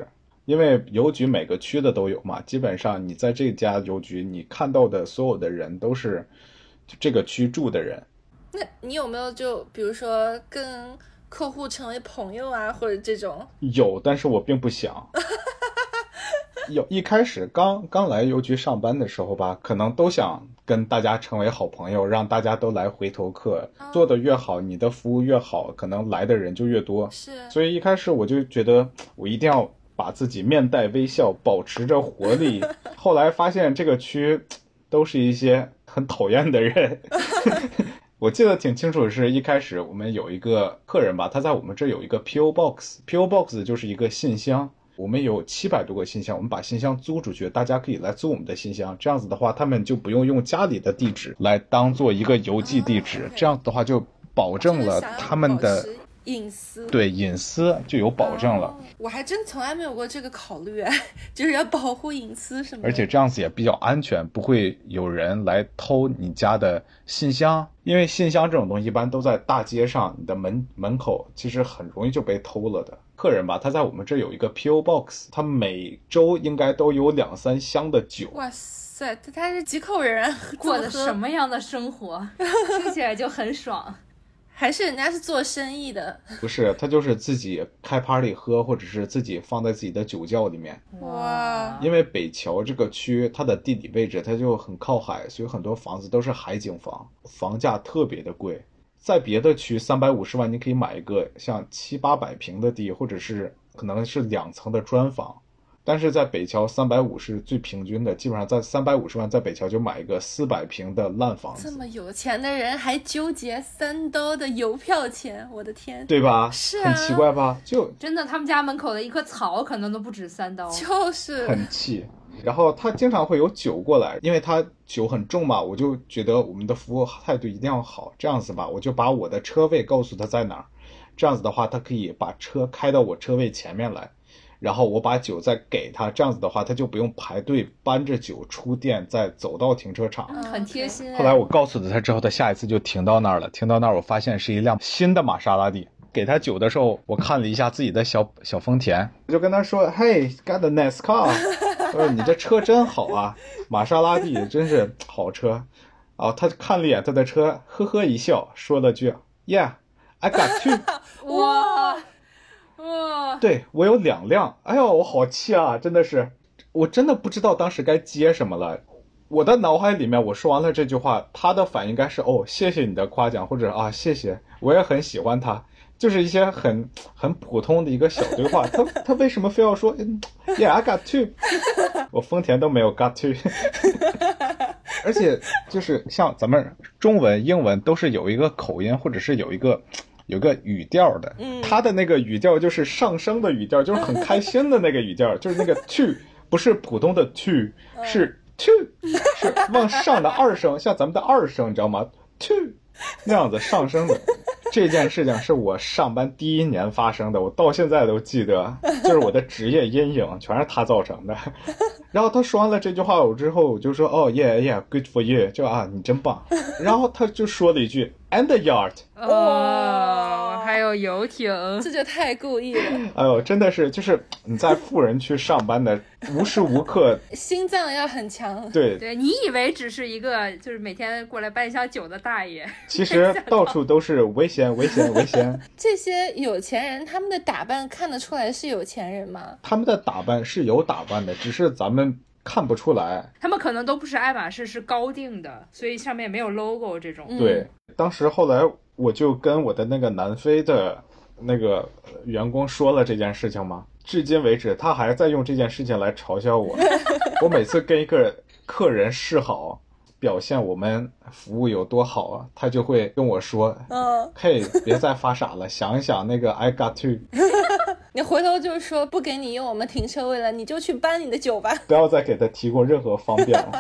因为邮局每个区的都有嘛，基本上你在这家邮局你看到的所有的人都是这个区住的人。 那你有没有就比如说跟客户成为朋友啊，或者这种？ 有，但是我并不想。一开始刚来邮局上班的时候吧，可能都想跟大家成为好朋友，让大家都来回头客，做得越好，你的服务越好，可能来的人就越多。 是， 所以一开始我就觉得我一定要把自己面带微笑，保持着活力。后来发现这个区都是一些很讨厌的人。我记得挺清楚的是，一开始我们有一个客人吧，他在我们这有一个 PO Box，PO Box 就是一个信箱。我们有700多个信箱，我们把信箱租出去，大家可以来租我们的信箱。这样子的话，他们就不用用家里的地址来当做一个邮寄地址，这样子的话就保证了他们的隐私， 对，隐私就有保证了。 我还真从来没有过这个考虑，就是要保护隐私什么的。 而且这样子也比较安全，不会有人来偷你家的信箱，因为信箱这种东西一般都在大街上，你的门口其实很容易就被偷了的。客人吧，他在我们这有一个 PO Box， 他每周应该都有2-3箱的酒。 哇塞，他是几口人啊？ 过的什么样的生活？听起来就很爽。 还是人家是做生意的？ 不是，他就是自己开 party 喝，或者是自己放在自己的酒窖里面。 哇！ 因为北桥这个区它的地理位置它就很靠海，所以很多房子都是海景房，房价特别的贵。在别的区350万你可以买一个像700-800平的地，或者是可能是2层的砖房，但是在北桥350是最平均的，基本上在350万在北桥就买一个400平的烂房子。 这么有钱的人还纠结3刀的邮票钱，我的天， 对吧？ 是啊， 很奇怪吧？就真的，他们家门口的一棵草可能都不止3刀， 就是很气。然后他经常会有酒过来，因为他酒很重嘛，我就觉得我们的服务态度一定要好。这样子吧，我就把我的车位告诉他在哪儿，这样子的话他可以把车开到我车位前面来，然后我把酒再给他，这样子的话他就不用排队搬着酒出店再走到停车场。 很贴心。 后来我告诉了他之后，他下一次就停到那儿了。停到那儿我发现是一辆新的玛莎拉蒂。给他酒的时候，我看了一下自己的小丰田，我就跟他说 Hey, got a nice car。 我说你这车真好啊，玛莎拉蒂真是好车。然后他看了一眼他的车，呵呵一笑，说了句 Yeah, I got two。 哇， 对，我有2辆。哎呦，我好气啊，真的是，我真的不知道当时该接什么了。我的脑海里面我说完了这句话，他的反应应该是哦，谢谢你的夸奖，或者啊谢谢，我也很喜欢他，就是一些很普通的一个小对话。他为什么非要说Yeah, I got two？ 我丰田都没有 got two。 而且就是像咱们中文英文都是有一个口音，或者是有一个语调的，他的那个语调就是上升的语调，就是很开心的那个语调，就是那个 to 不是普通的 to， 是 to 是往上的2声，像咱们的2声，你知道吗？ to 那样子上升的。这件事情是我上班第1年发生的，我到现在都记得，就是我的职业阴影全是他造成的。然后他说完了这句话我之后，我就说哦 yeah yeah good for you， 就啊你真棒。然后他就说了一句 and the yacht。 哦，还有游艇， 这就太故意了。 哎呦，真的是，就是你在富人区上班的，无时无刻心脏要很强。 对， 你以为只是一个就是每天过来搬一箱酒的大爷， 其实到处都是危险危险危险。 这些有钱人他们的打扮看得出来是有钱人吗？ 他们的打扮是有打扮的，只是咱们看不出来。 他们可能都不是爱马仕，是高定的，所以上面没有 logo 这种。 对，当时后来我就跟我的那个南非的那个员工说了这件事情嘛，至今为止他还在用这件事情来嘲笑我。我每次跟一个客人示好，表现我们服务有多好啊，他就会跟我说嘿，别再发傻了，想一想那个 I got to。 你回头就是说不给你用我们停车位了，你就去搬你的酒吧， 不要再给他提供任何方便了。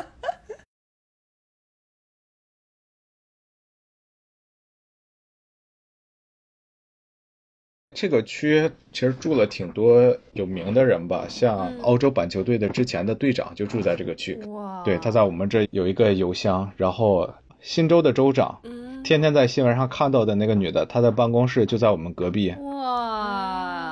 这个区其实住了挺多有名的人吧，像澳洲板球队的之前的队长就住在这个区。 哇， 对，他在我们这有一个邮箱，然后新州的州长，天天在新闻上看到的那个女的，她的办公室就在我们隔壁。 哇，那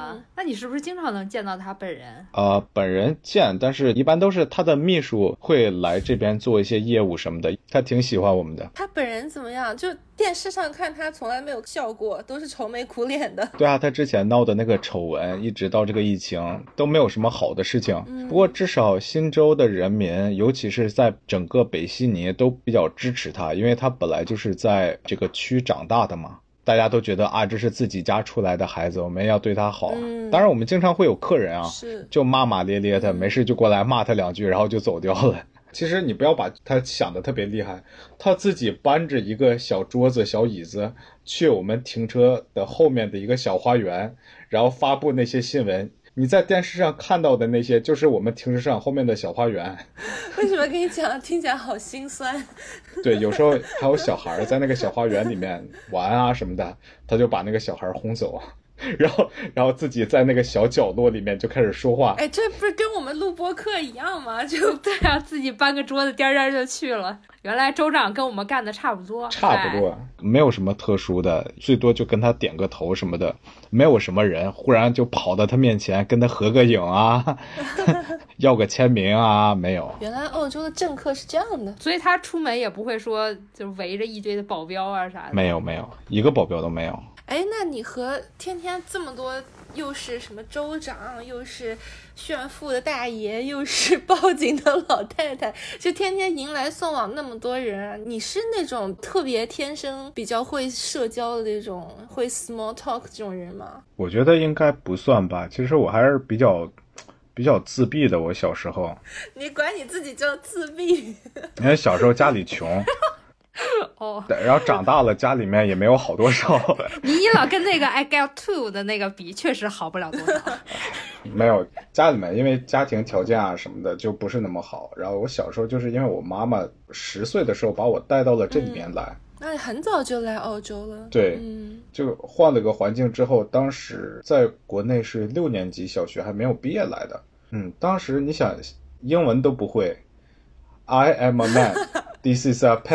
你是不是经常能见到他本人？ 本人见，但是一般都是他的秘书会来这边做一些业务什么的，他挺喜欢我们的。 他本人怎么样？就电视上看他从来没有笑过，都是愁眉苦脸的。 对啊，他之前闹的那个丑闻，一直到这个疫情都没有什么好的事情。不过至少新州的人民，尤其是在整个北悉尼都比较支持他，因为他本来就是在这个区长大的嘛。大家都觉得啊，这是自己家出来的孩子，我们要对他好。当然我们经常会有客人啊，就骂骂咧咧的，没事就过来骂他两句，然后就走掉了。其实你不要把他想的特别厉害，他自己搬着一个小桌子小椅子去我们停车的后面的一个小花园，然后发布那些新闻。你在电视上看到的那些就是我们停车场后面的小花园。 为什么跟你讲听起来好心酸？ 对，有时候还有小孩在那个小花园里面玩啊什么的，他就把那个小孩轰走，然后自己在那个小角落里面就开始说话。 哎，这不是跟我们录播课一样吗？就对啊，自己搬个桌子颠颠就去了。原来州长跟我们干的差不多， 没有什么特殊的，最多就跟他点个头什么的，没有什么人忽然就跑到他面前跟他合个影啊要个签名啊，没有。 原来澳洲的政客是这样的， 所以他出门也不会说就围着一堆的保镖啊啥的。 没有，一个保镖都没有。 哎，那你和天天这么多，又是什么州长，又是炫富的大爷，又是报警的老太太，就天天迎来送往那么多人，你是那种特别天生比较会社交的那种，会 small talk 这种人吗？ 我觉得应该不算吧，其实我还是比较自闭的。我小时候， 你管你自己叫自闭？ 因为小时候家里穷。 哦， 然后长大了，家里面也没有好多少。 你老跟那个 I got two 的那个比，确实好不了多少。 没有，家里面因为家庭条件啊什么的就不是那么好。然后我小时候就是因为我妈妈10岁的时候把我带到了这里面来。 那你很早就来澳洲了？ 对，就换了个环境之后，当时在国内是6年级小学还没有毕业来的。当时你想英文都不会 ，I am a man, this is a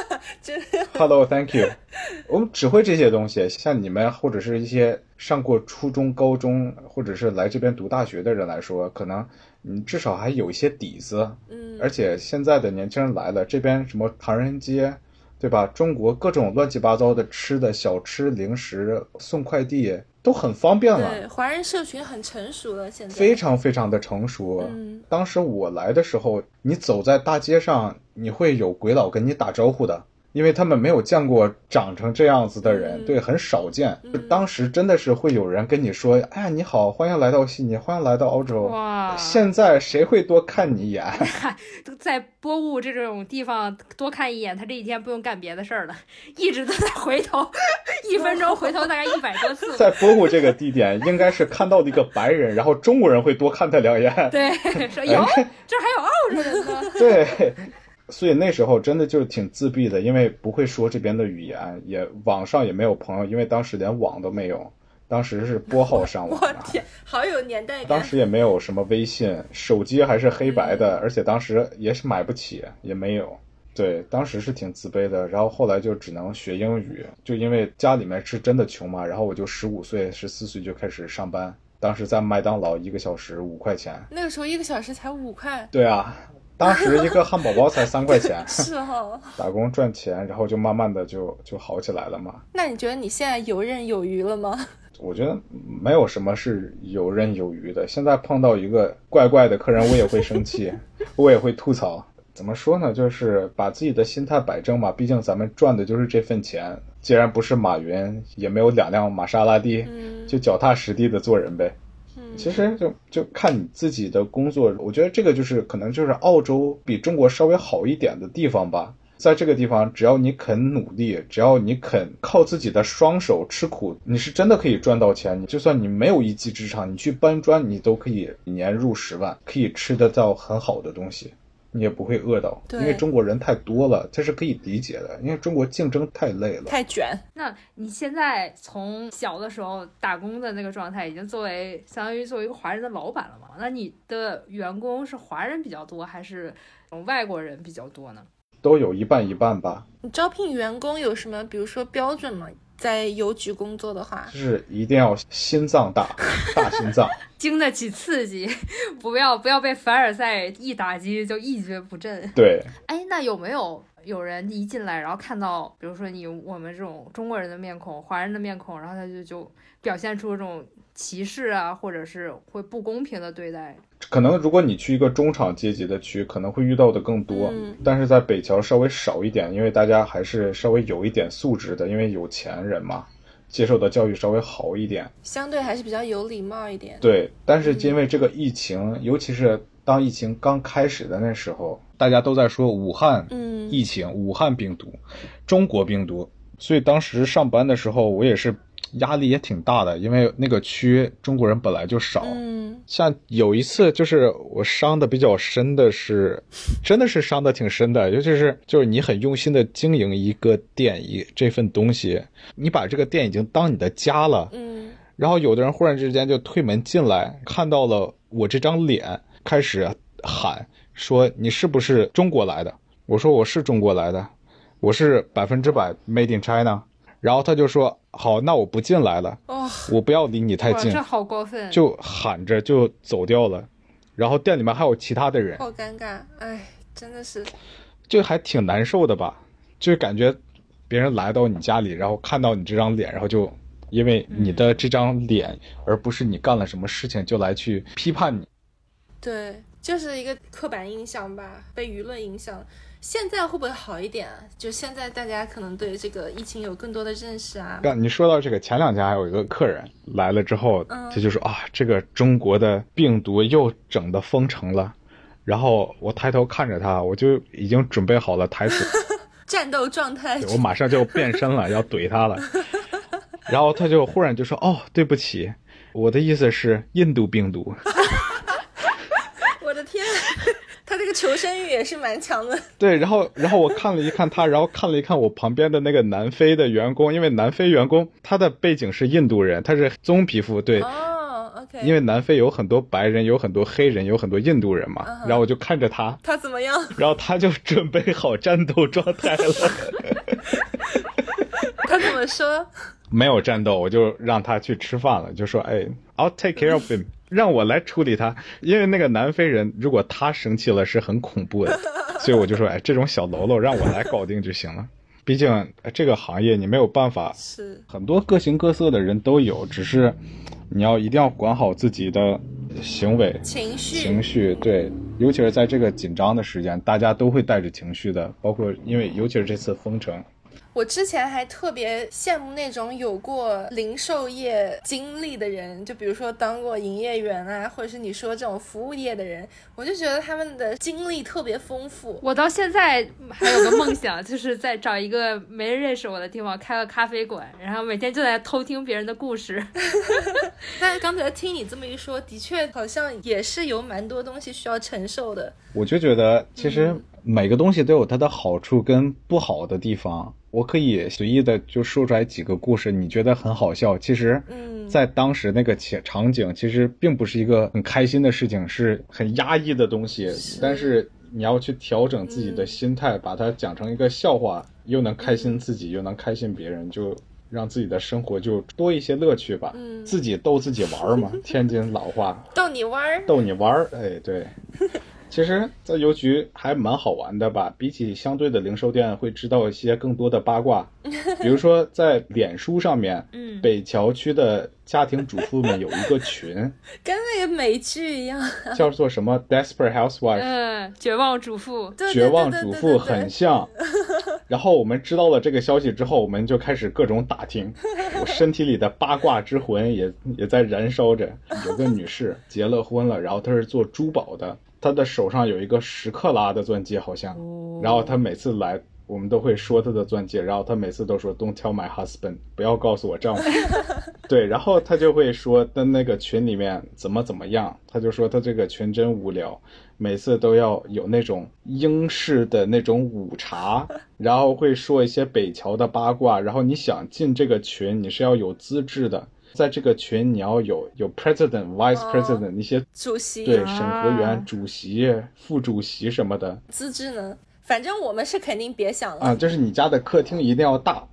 pen。Hello, thank you。我们只会这些东西，像你们或者是一些上过初中、高中，或者是来这边读大学的人来说，可能你至少还有一些底子。而且现在的年轻人来了，这边什么唐人街，对吧？中国各种乱七八糟的吃的小吃、零食、送快递都很方便了。 对，华人社群很成熟了，现在非常非常的成熟。当时我来的时候，你走在大街上，你会有鬼佬跟你打招呼的。因为他们没有见过长成这样子的人，对，很少见。当时真的是会有人跟你说，哎呀，你好，欢迎来到悉尼，欢迎来到澳洲。 哇！ 现在谁会多看你一眼？ 在波务这种地方多看一眼，他这一天不用干别的事儿了，一直都在回头，1分钟回头大概100多次。 在波务这个地点，应该是看到了一个白人，然后中国人会多看他2眼。 对，说有，这还有澳洲人呢。 对。所以那时候真的就挺自闭的，因为不会说这边的语言，也网上也没有朋友，因为当时连网都没有，当时是拨号上网。 我天，好有年代感。 当时也没有什么微信，手机还是黑白的，而且当时也是买不起，也没有。对，当时是挺自卑的，然后后来就只能学英语，就因为家里面是真的穷嘛，然后我就15岁、14岁就开始上班，当时在麦当劳1个小时5块钱。 那个时候1个小时才5块。 对啊。当时一个汉堡包才3块钱。 是哦， 打工赚钱，然后就慢慢的就好起来了嘛。 那你觉得你现在游刃有余了吗？ 我觉得没有什么是游刃有余的。现在碰到一个怪怪的客人，我也会生气，我也会吐槽。怎么说呢，就是把自己的心态摆正嘛，毕竟咱们赚的就是这份钱，既然不是马云，也没有2辆玛莎拉蒂，就脚踏实地的做人呗。其实就看你自己的工作，我觉得这个就是可能就是澳洲比中国稍微好一点的地方吧。在这个地方，只要你肯努力，只要你肯靠自己的双手吃苦，你是真的可以赚到钱。就算你没有一技之长，你去搬砖，你都可以年入10万，可以吃得到很好的东西，你也不会饿到。因为中国人太多了，这是可以理解的，因为中国竞争太累了， 太卷。 那你现在从小的时候打工的那个状态，已经相当于作为一个华人的老板了嘛？那你的员工是华人比较多，还是外国人比较多呢？ 都有一半一半吧。 你招聘员工有什么比如说标准吗？ 在邮局工作的话， 就是一定要心脏大心脏， 经得起刺激，不要被凡尔赛一打击就一蹶不振。 对。 哎，那有人一进来，然后看到，比如说我们这种中国人的面孔、华人的面孔，然后他就表现出这种歧视啊，或者是会不公平的对待。 可能如果你去一个中产阶级的区，可能会遇到的更多，但是在北桥稍微少一点，因为大家还是稍微有一点素质的，因为有钱人嘛，接受的教育稍微好一点， 相对还是比较有礼貌一点。 对，但是因为这个疫情，尤其是当疫情刚开始的那时候，大家都在说武汉疫情、武汉病毒、中国病毒，所以当时上班的时候我也是压力也挺大的，因为那个区中国人本来就少。像有一次就是我伤的比较深的是，真的是伤的挺深的，尤其是就是你很用心的经营一个店这份东西，你把这个店已经当你的家了，然后有的人忽然之间就推门进来，看到了我这张脸，开始喊说你是不是中国来的？我说我是中国来的，我是100% Made in China。然后他就说好，那我不进来了，我不要离你太近。 这好过分， 就喊着就走掉了。然后店里面还有其他的人， 好尴尬，哎，真的是， 就还挺难受的吧，就是感觉别人来到你家里，然后看到你这张脸，然后就因为你的这张脸，而不是你干了什么事情就来去批判你。 对，就是一个刻板印象吧，被舆论影响。现在会不会好一点啊？就现在大家可能对这个疫情有更多的认识啊。 你说到这个，前2天还有一个客人来了之后，他就说啊，这个中国的病毒又整的封城了。然后我抬头看着他，我就已经准备好了台词， 战斗状态， 我马上就变身了，要怼他了。然后他就忽然就说，哦，对不起，我的意思是印度病毒。 我的天，他这个求生欲也是蛮强的。 对，然后我看了一看他，然后看了一看我旁边的那个南非的员工，因为南非员工他的背景是印度人，他是棕皮肤，对。 OK。 因为南非有很多白人，有很多黑人，有很多印度人嘛。然后我就看着他， 他怎么样？ 然后他就准备好战斗状态了。 他怎么说？ 没有战斗，我就让他去吃饭了，就说哎 ，I'll take care of him， 让我来处理他，因为那个南非人如果他生气了是很恐怖的，所以我就说哎，这种小喽啰让我来搞定就行了。毕竟这个行业你没有办法， 是很多各形各色的人都有，只是你一定要管好自己的行为、情绪，对，尤其是在这个紧张的时间，大家都会带着情绪的，包括因为尤其是这次封城。 我之前还特别羡慕那种有过零售业经历的人，就比如说当过营业员啊，或者是你说这种服务业的人，我就觉得他们的经历特别丰富。 我到现在还有个梦想，就是在找一个没人认识我的地方开个咖啡馆，然后每天就在偷听别人的故事。 但是刚才听你这么一说，的确好像也是有蛮多东西需要承受的。 我就觉得其实每个东西都有它的好处跟不好的地方。我可以随意的就说出来几个故事，你觉得很好笑，其实在当时那个场景其实并不是一个很开心的事情，是很压抑的东西，但是你要去调整自己的心态，把它讲成一个笑话，又能开心自己又能开心别人，就让自己的生活就多一些乐趣吧。自己逗自己玩嘛，天津老话， 逗你玩， 哎，对。其实在邮局还蛮好玩的吧，比起相对的零售店会知道一些更多的八卦。比如说在脸书上面，北桥区的家庭主妇们有一个群， 跟那个美剧一样， 叫做什么 Desperate Housewife， 绝望主妇， 绝望主妇很像。然后我们知道了这个消息之后，我们就开始各种打听，我身体里的八卦之魂也在燃烧着。有个女士结了婚了，然后她是做珠宝的，她的手上有一个10克拉的钻戒好像，然后她每次来我们都会说她的钻戒，然后她每次都说 Don't tell my husband， 不要告诉我丈夫。对，然后她就会说在那个群里面怎么样，她就说她这个群真无聊，每次都要有那种英式的那种午茶，然后会说一些北桥的八卦，然后你想进这个群你是要有资质的，在这个群你要有 president vice president 一些主席， 对，审核员、主席、副主席什么的资质呢，反正我们是肯定别想了啊，就是你家的客厅一定要大，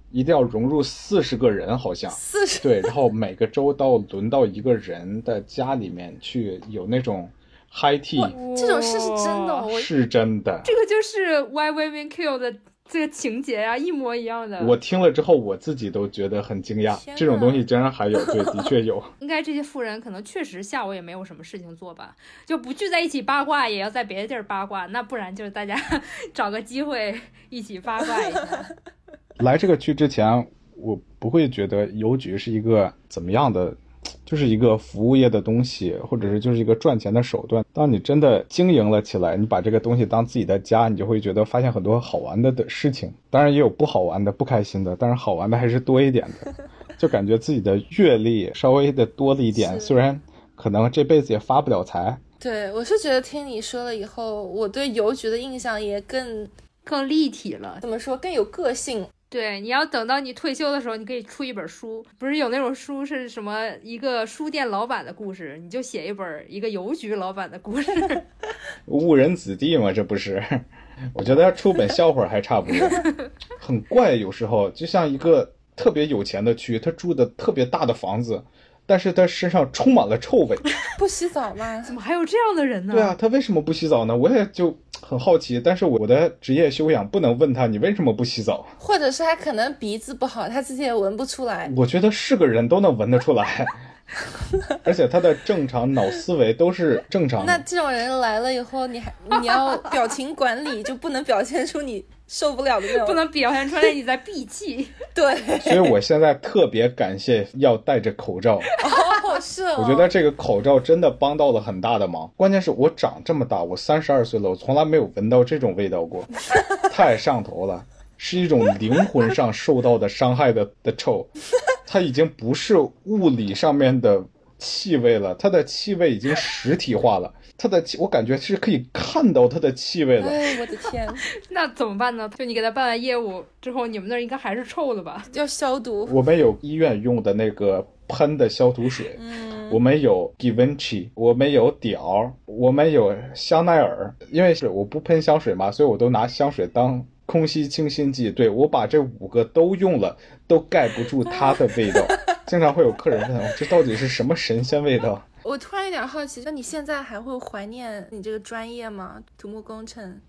一定要融入40个人，好像 40 对，然后每个州到轮到一个人的家里面去，有那种 high tea， 这种事是真的， 是真的。 这个就是 Why Women Kill 的这个情节啊，一模一样的。 我听了之后，我自己都觉得很惊讶，这种东西竟然还有，对，的确有。 应该这些富人可能确实下午也没有什么事情做吧，就不聚在一起八卦，也要在别的地儿八卦，那不然就是大家找个机会一起八卦一下。 来这个区之前，我不会觉得邮局是一个怎么样的，就是一个服务业的东西，或者是就是一个赚钱的手段。当你真的经营了起来，你把这个东西当自己的家，你就会觉得发现很多好玩的事情，当然也有不好玩的、不开心的，但是好玩的还是多一点的，就感觉自己的阅历稍微的多了一点，虽然可能这辈子也发不了财。 对，我是觉得听你说了以后，我对邮局的印象也更立体了， 怎么说，更有个性。 对，你要等到你退休的时候，你可以出一本书，不是有那种书是什么一个书店老板的故事，你就写一本一个邮局老板的故事。 误人子弟嘛，这不是？我觉得他出本笑话还差不多。很怪，有时候就像一个特别有钱的区，他住的特别大的房子，但是他身上充满了臭味。 不洗澡吗？ 怎么还有这样的人呢？ 对啊，他为什么不洗澡呢？我也就很好奇，但是我的职业修养不能问他你为什么不洗澡， 或者是他可能鼻子不好，他自己也闻不出来。 我觉得是个人都能闻得出来。而且他的正常脑思维都是正常的。 那这种人来了以后，你要表情管理，就不能表现出你受不了的那种， 不能表现出来你在闭气。 对， 所以我现在特别感谢要戴着口罩。 哦，是哦。 我觉得这个口罩真的帮到了很大的忙。关键是我长这么大，我32岁了，我从来没有闻到这种味道过，太上头了，是一种灵魂上受到的伤害的臭。它已经不是物理上面的气味了，它的气味已经实体化了。我感觉是可以看到它的气味了。 哎，我的天！ 那怎么办呢？就你给他办完业务之后，你们那儿应该还是臭的吧？ 要消毒。 我们有医院用的那个喷的消毒水，我们有 Givenchy， 我们有迪奥，我们有香奈儿。因为是我不喷香水嘛，所以我都拿香水当空气清新剂。对，我把这5个都用了，都盖不住它的味道。经常会有客人问我，这到底是什么神仙味道？ 我突然有点好奇，那你现在还会怀念你这个专业吗？土木工程？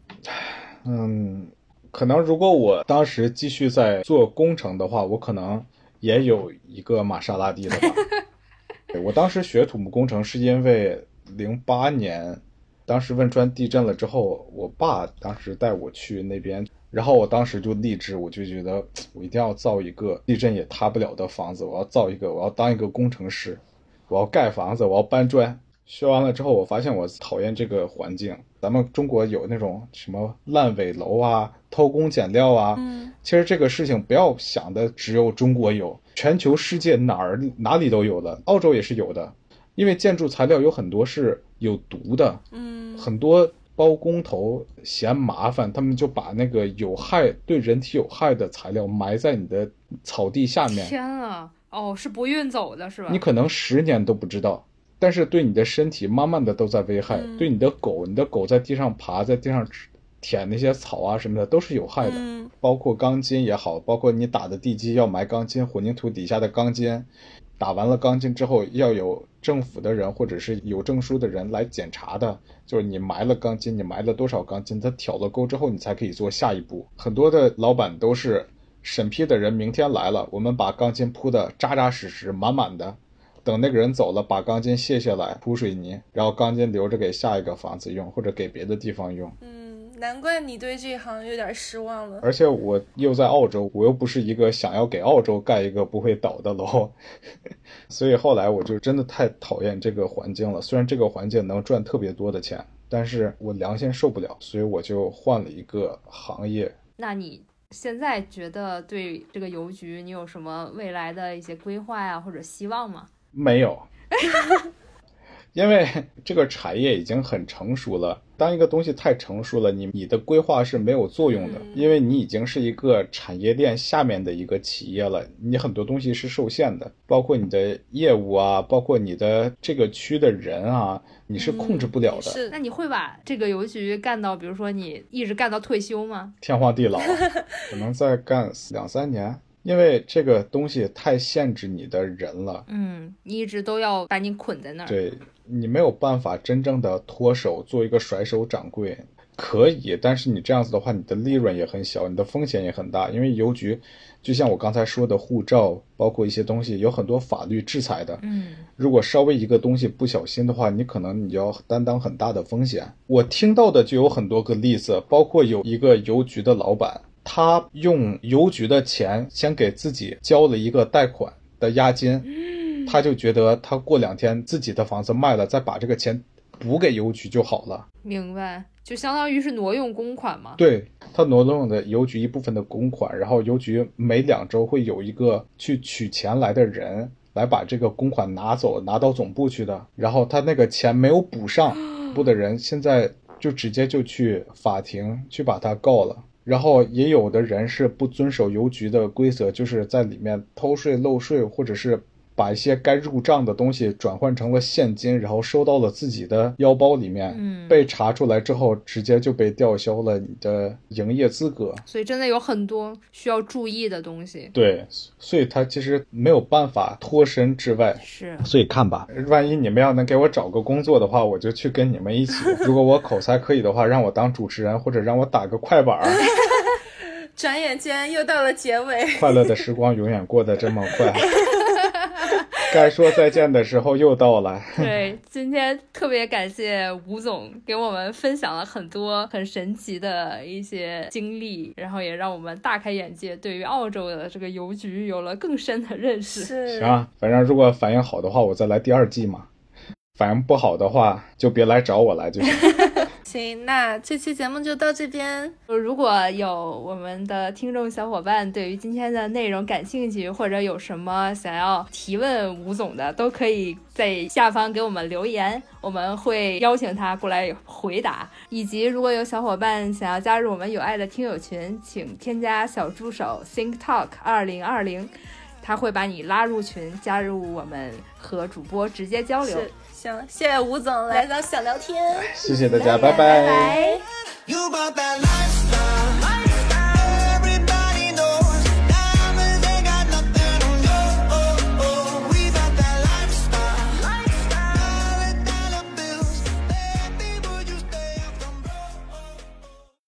可能如果我当时继续在做工程的话，我可能也有一个玛莎拉蒂了吧。我当时学土木工程是因为08年当时汶川地震了之后，我爸当时带我去那边，然后我当时就立志，我就觉得我一定要造一个地震也塌不了的房子，我要造一个，我要当一个工程师，我要盖房子，我要搬砖。学完了之后，我发现我讨厌这个环境。咱们中国有那种什么烂尾楼啊、偷工减料啊，其实这个事情不要想的只有中国有，全球世界哪里都有的，澳洲也是有的。因为建筑材料有很多是有毒的，很多包工头嫌麻烦，他们就把那个对人体有害的材料埋在你的草地下面。 天啊，哦，是不运走的是吧？ 你可能10年都不知道，但是对你的身体慢慢的都在危害。对你的狗在地上爬，在地上舔那些草啊什么的都是有害的。包括钢筋也好，包括你打的地基要埋钢筋，混凝土底下的钢筋，打完了钢筋之后要有政府的人或者是有证书的人来检查的，就是你埋了钢筋，你埋了多少钢筋，他挑了钩之后你才可以做下一步。很多的老板都是审批的人明天来了，我们把钢筋铺的扎扎实实满满的，等那个人走了，把钢筋卸下来铺水泥，然后钢筋留着给下一个房子用，或者给别的地方用。 难怪你对这一行有点失望了。 而且我又在澳洲，我又不是一个想要给澳洲盖一个不会倒的楼，所以后来我就真的太讨厌这个环境了。虽然这个环境能赚特别多的钱，但是我良心受不了，所以我就换了一个行业。 那你现在觉得对这个邮局你有什么未来的一些规划呀，或者希望吗？ 没有。因为这个产业已经很成熟了，当一个东西太成熟了，你的规划是没有作用的，因为你已经是一个产业链下面的一个企业了，你很多东西是受限的，包括你的业务啊，包括你的这个区的人啊，你是控制不了的。 是。 那你会把这个邮局干到，比如说你一直干到退休吗？ 天荒地老，可能再干2-3年。 因为这个东西太限制你的人了。 你一直都要把你捆在那儿。 对，你没有办法真正的脱手做一个甩手掌柜。可以，但是你这样子的话，你的利润也很小，你的风险也很大，因为邮局就像我刚才说的护照，包括一些东西有很多法律制裁的。如果稍微一个东西不小心的话，你可能你要担当很大的风险。我听到的就有很多个例子，包括有一个邮局的老板，他用邮局的钱先给自己交了一个贷款的押金，他就觉得他过2天自己的房子卖了，再把这个钱补给邮局就好了。 明白，就相当于是挪用公款嘛。 对，他挪用的邮局一部分的公款，然后邮局每2周会有一个去取钱来的人来把这个公款拿走，拿到总部去的。然后他那个钱没有补上，部的人现在就直接就去法庭去把他告了。然后也有的人是不遵守邮局的规则，就是在里面偷税漏税，或者是把一些该入账的东西转换成了现金，然后收到了自己的腰包里面。被查出来之后直接就被吊销了你的营业资格。 所以真的有很多需要注意的东西。 对，所以他其实没有办法脱身之外。 是， 所以看吧，万一你们要能给我找个工作的话，我就去跟你们一起。如果我口才可以的话，让我当主持人，或者让我打个快板。 转眼间又到了结尾， 快乐的时光永远过得这么快。该说再见的时候又到了。 对，今天特别感谢吴总给我们分享了很多很神奇的一些经历，然后也让我们大开眼界，对于澳洲的这个邮局有了更深的认识。 是， 行啊，反正如果反应好的话，我再来第2季嘛。反应不好的话，就别来找我来就行。 行，那这期节目就到这边。 如果有我们的听众小伙伴对于今天的内容感兴趣，或者有什么想要提问吴总的，都可以在下方给我们留言，我们会邀请他过来回答。以及如果有小伙伴想要加入我们有爱的听友群，请添加小助手 Think Talk 2020，他会把你拉入群，加入我们和主播直接交流。 行，谢谢吴总来到小聊天， 谢谢大家，拜拜拜。 You bought that